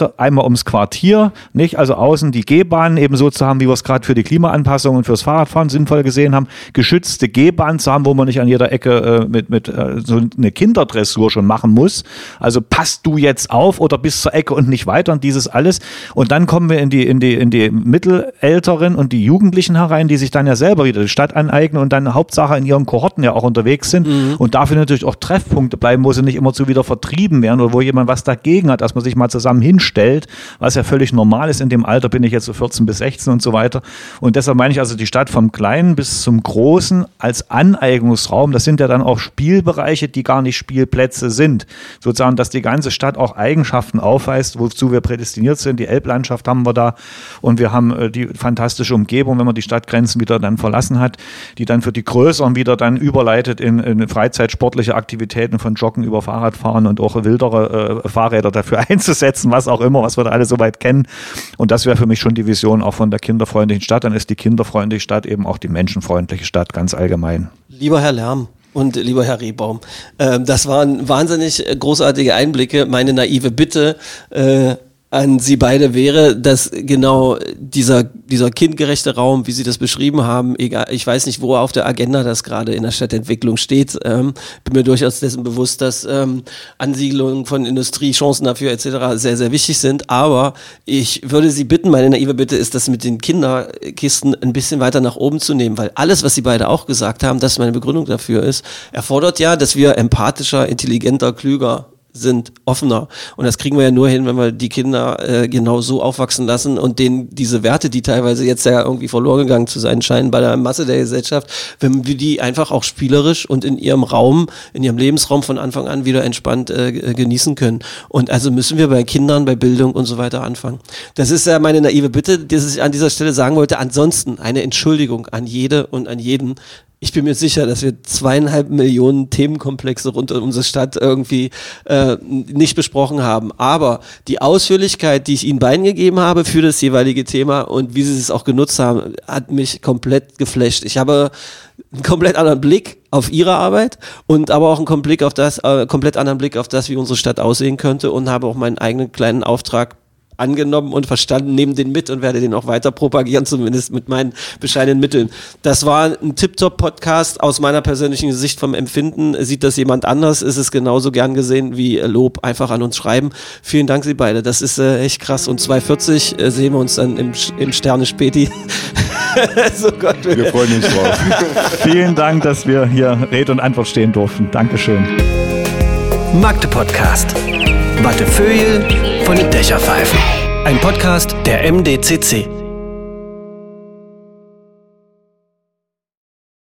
ums Quartier, nicht? Also außen die Gehbahnen eben so zu haben, wie wir es gerade für die Klimaanpassung und fürs Fahrradfahren sinnvoll gesehen haben, geschützte Gehbahnen zu haben, wo man nicht an jeder Ecke äh, mit, mit äh, so eine Kinderdressur schon machen muss. Also passt du jetzt auf oder bis zur Ecke und nicht weiter und dieses alles. Und dann kommen wir in die, in die, in die Mittelälteren und die Jugendlichen herein, die sich dann ja selber wieder die Stadt aneignen und dann Hauptsache in ihren Kohorten ja auch unterwegs sind mhm. und dafür natürlich auch Treffpunkte bleiben, wo sie nicht immer zu wieder vertrieben werden oder wo jemand was dagegen hat, dass man sich mal zusammen hinstellt, was ja völlig normal ist. In dem Alter bin ich jetzt so vierzehn bis sechzehn und so weiter. Und deshalb meine ich also die Stadt vom Kleinen bis zum Großen als Aneignungsraum. Das sind ja dann auch Spielbereiche, die gar nicht Spielplätze sind. Sozusagen, dass die ganze Stadt auch Eigenschaften aufweist, wozu wir prädestiniert sind. Die Elblandschaft haben wir da und wir haben äh, die fantastische Umgebung, wenn man die Stadtgrenzen wieder dann verlassen hat, die dann für die Größeren wieder dann überleitet in, in freizeitsportliche Aktivitäten von Joggen über Fahrradfahren und auch wildere äh, Fahrräder dafür einzusetzen, was auch immer, was wir da alle soweit kennen. Und das wäre für mich schon die Vision auch von der kinderfreundlichen Stadt. Dann ist die kinderfreundliche Stadt eben auch die menschenfreundliche Stadt ganz allgemein. Lieber Herr Lärm und lieber Herr Rehbaum, äh, das waren wahnsinnig großartige Einblicke. Meine naive Bitte äh, an Sie beide wäre, dass genau dieser, dieser kindgerechte Raum, wie Sie das beschrieben haben, egal, ich weiß nicht, wo auf der Agenda das gerade in der Stadtentwicklung steht, ähm, bin mir durchaus dessen bewusst, dass ähm, Ansiedlungen von Industrie, Chancen dafür et cetera sehr, sehr wichtig sind, aber ich würde Sie bitten, meine naive Bitte ist, das mit den Kinderkisten ein bisschen weiter nach oben zu nehmen, weil alles, was Sie beide auch gesagt haben, das meine Begründung dafür ist, erfordert ja, dass wir empathischer, intelligenter, klüger sind, offener. Und das kriegen wir ja nur hin, wenn wir die Kinder äh, genau so aufwachsen lassen und denen diese Werte, die teilweise jetzt ja irgendwie verloren gegangen zu sein scheinen bei der Masse der Gesellschaft, wenn wir die einfach auch spielerisch und in ihrem Raum, in ihrem Lebensraum von Anfang an wieder entspannt äh, genießen können. Und also müssen wir bei Kindern, bei Bildung und so weiter anfangen. Das ist ja meine naive Bitte, die ich an dieser Stelle sagen wollte. Ansonsten eine Entschuldigung an jede und an jeden. Ich bin mir sicher, dass wir zweieinhalb Millionen Themenkomplexe rund um unsere Stadt irgendwie äh, nicht besprochen haben. Aber die Ausführlichkeit, die ich Ihnen beiden gegeben habe für das jeweilige Thema und wie Sie es auch genutzt haben, hat mich komplett geflasht. Ich habe einen komplett anderen Blick auf Ihre Arbeit und aber auch einen komplett, Blick auf das, äh, komplett anderen Blick auf das, wie unsere Stadt aussehen könnte und habe auch meinen eigenen kleinen Auftrag angenommen und verstanden, nehme den mit und werde den auch weiter propagieren, zumindest mit meinen bescheidenen Mitteln. Das war ein Tip-Top-Podcast aus meiner persönlichen Sicht vom Empfinden. Sieht das jemand anders, ist es genauso gern gesehen wie Lob. Einfach an uns schreiben. Vielen Dank, Sie beide. Das ist äh, echt krass. Und zwei vierzig äh, sehen wir uns dann im, im Sterne-Späti. So Gott will. Wir freuen uns drauf. Vielen Dank, dass wir hier Rede und Antwort stehen durften. Dankeschön. Magde Podcast. Wattefeuille von den Dächerpfeifen. Ein Podcast der M D C C.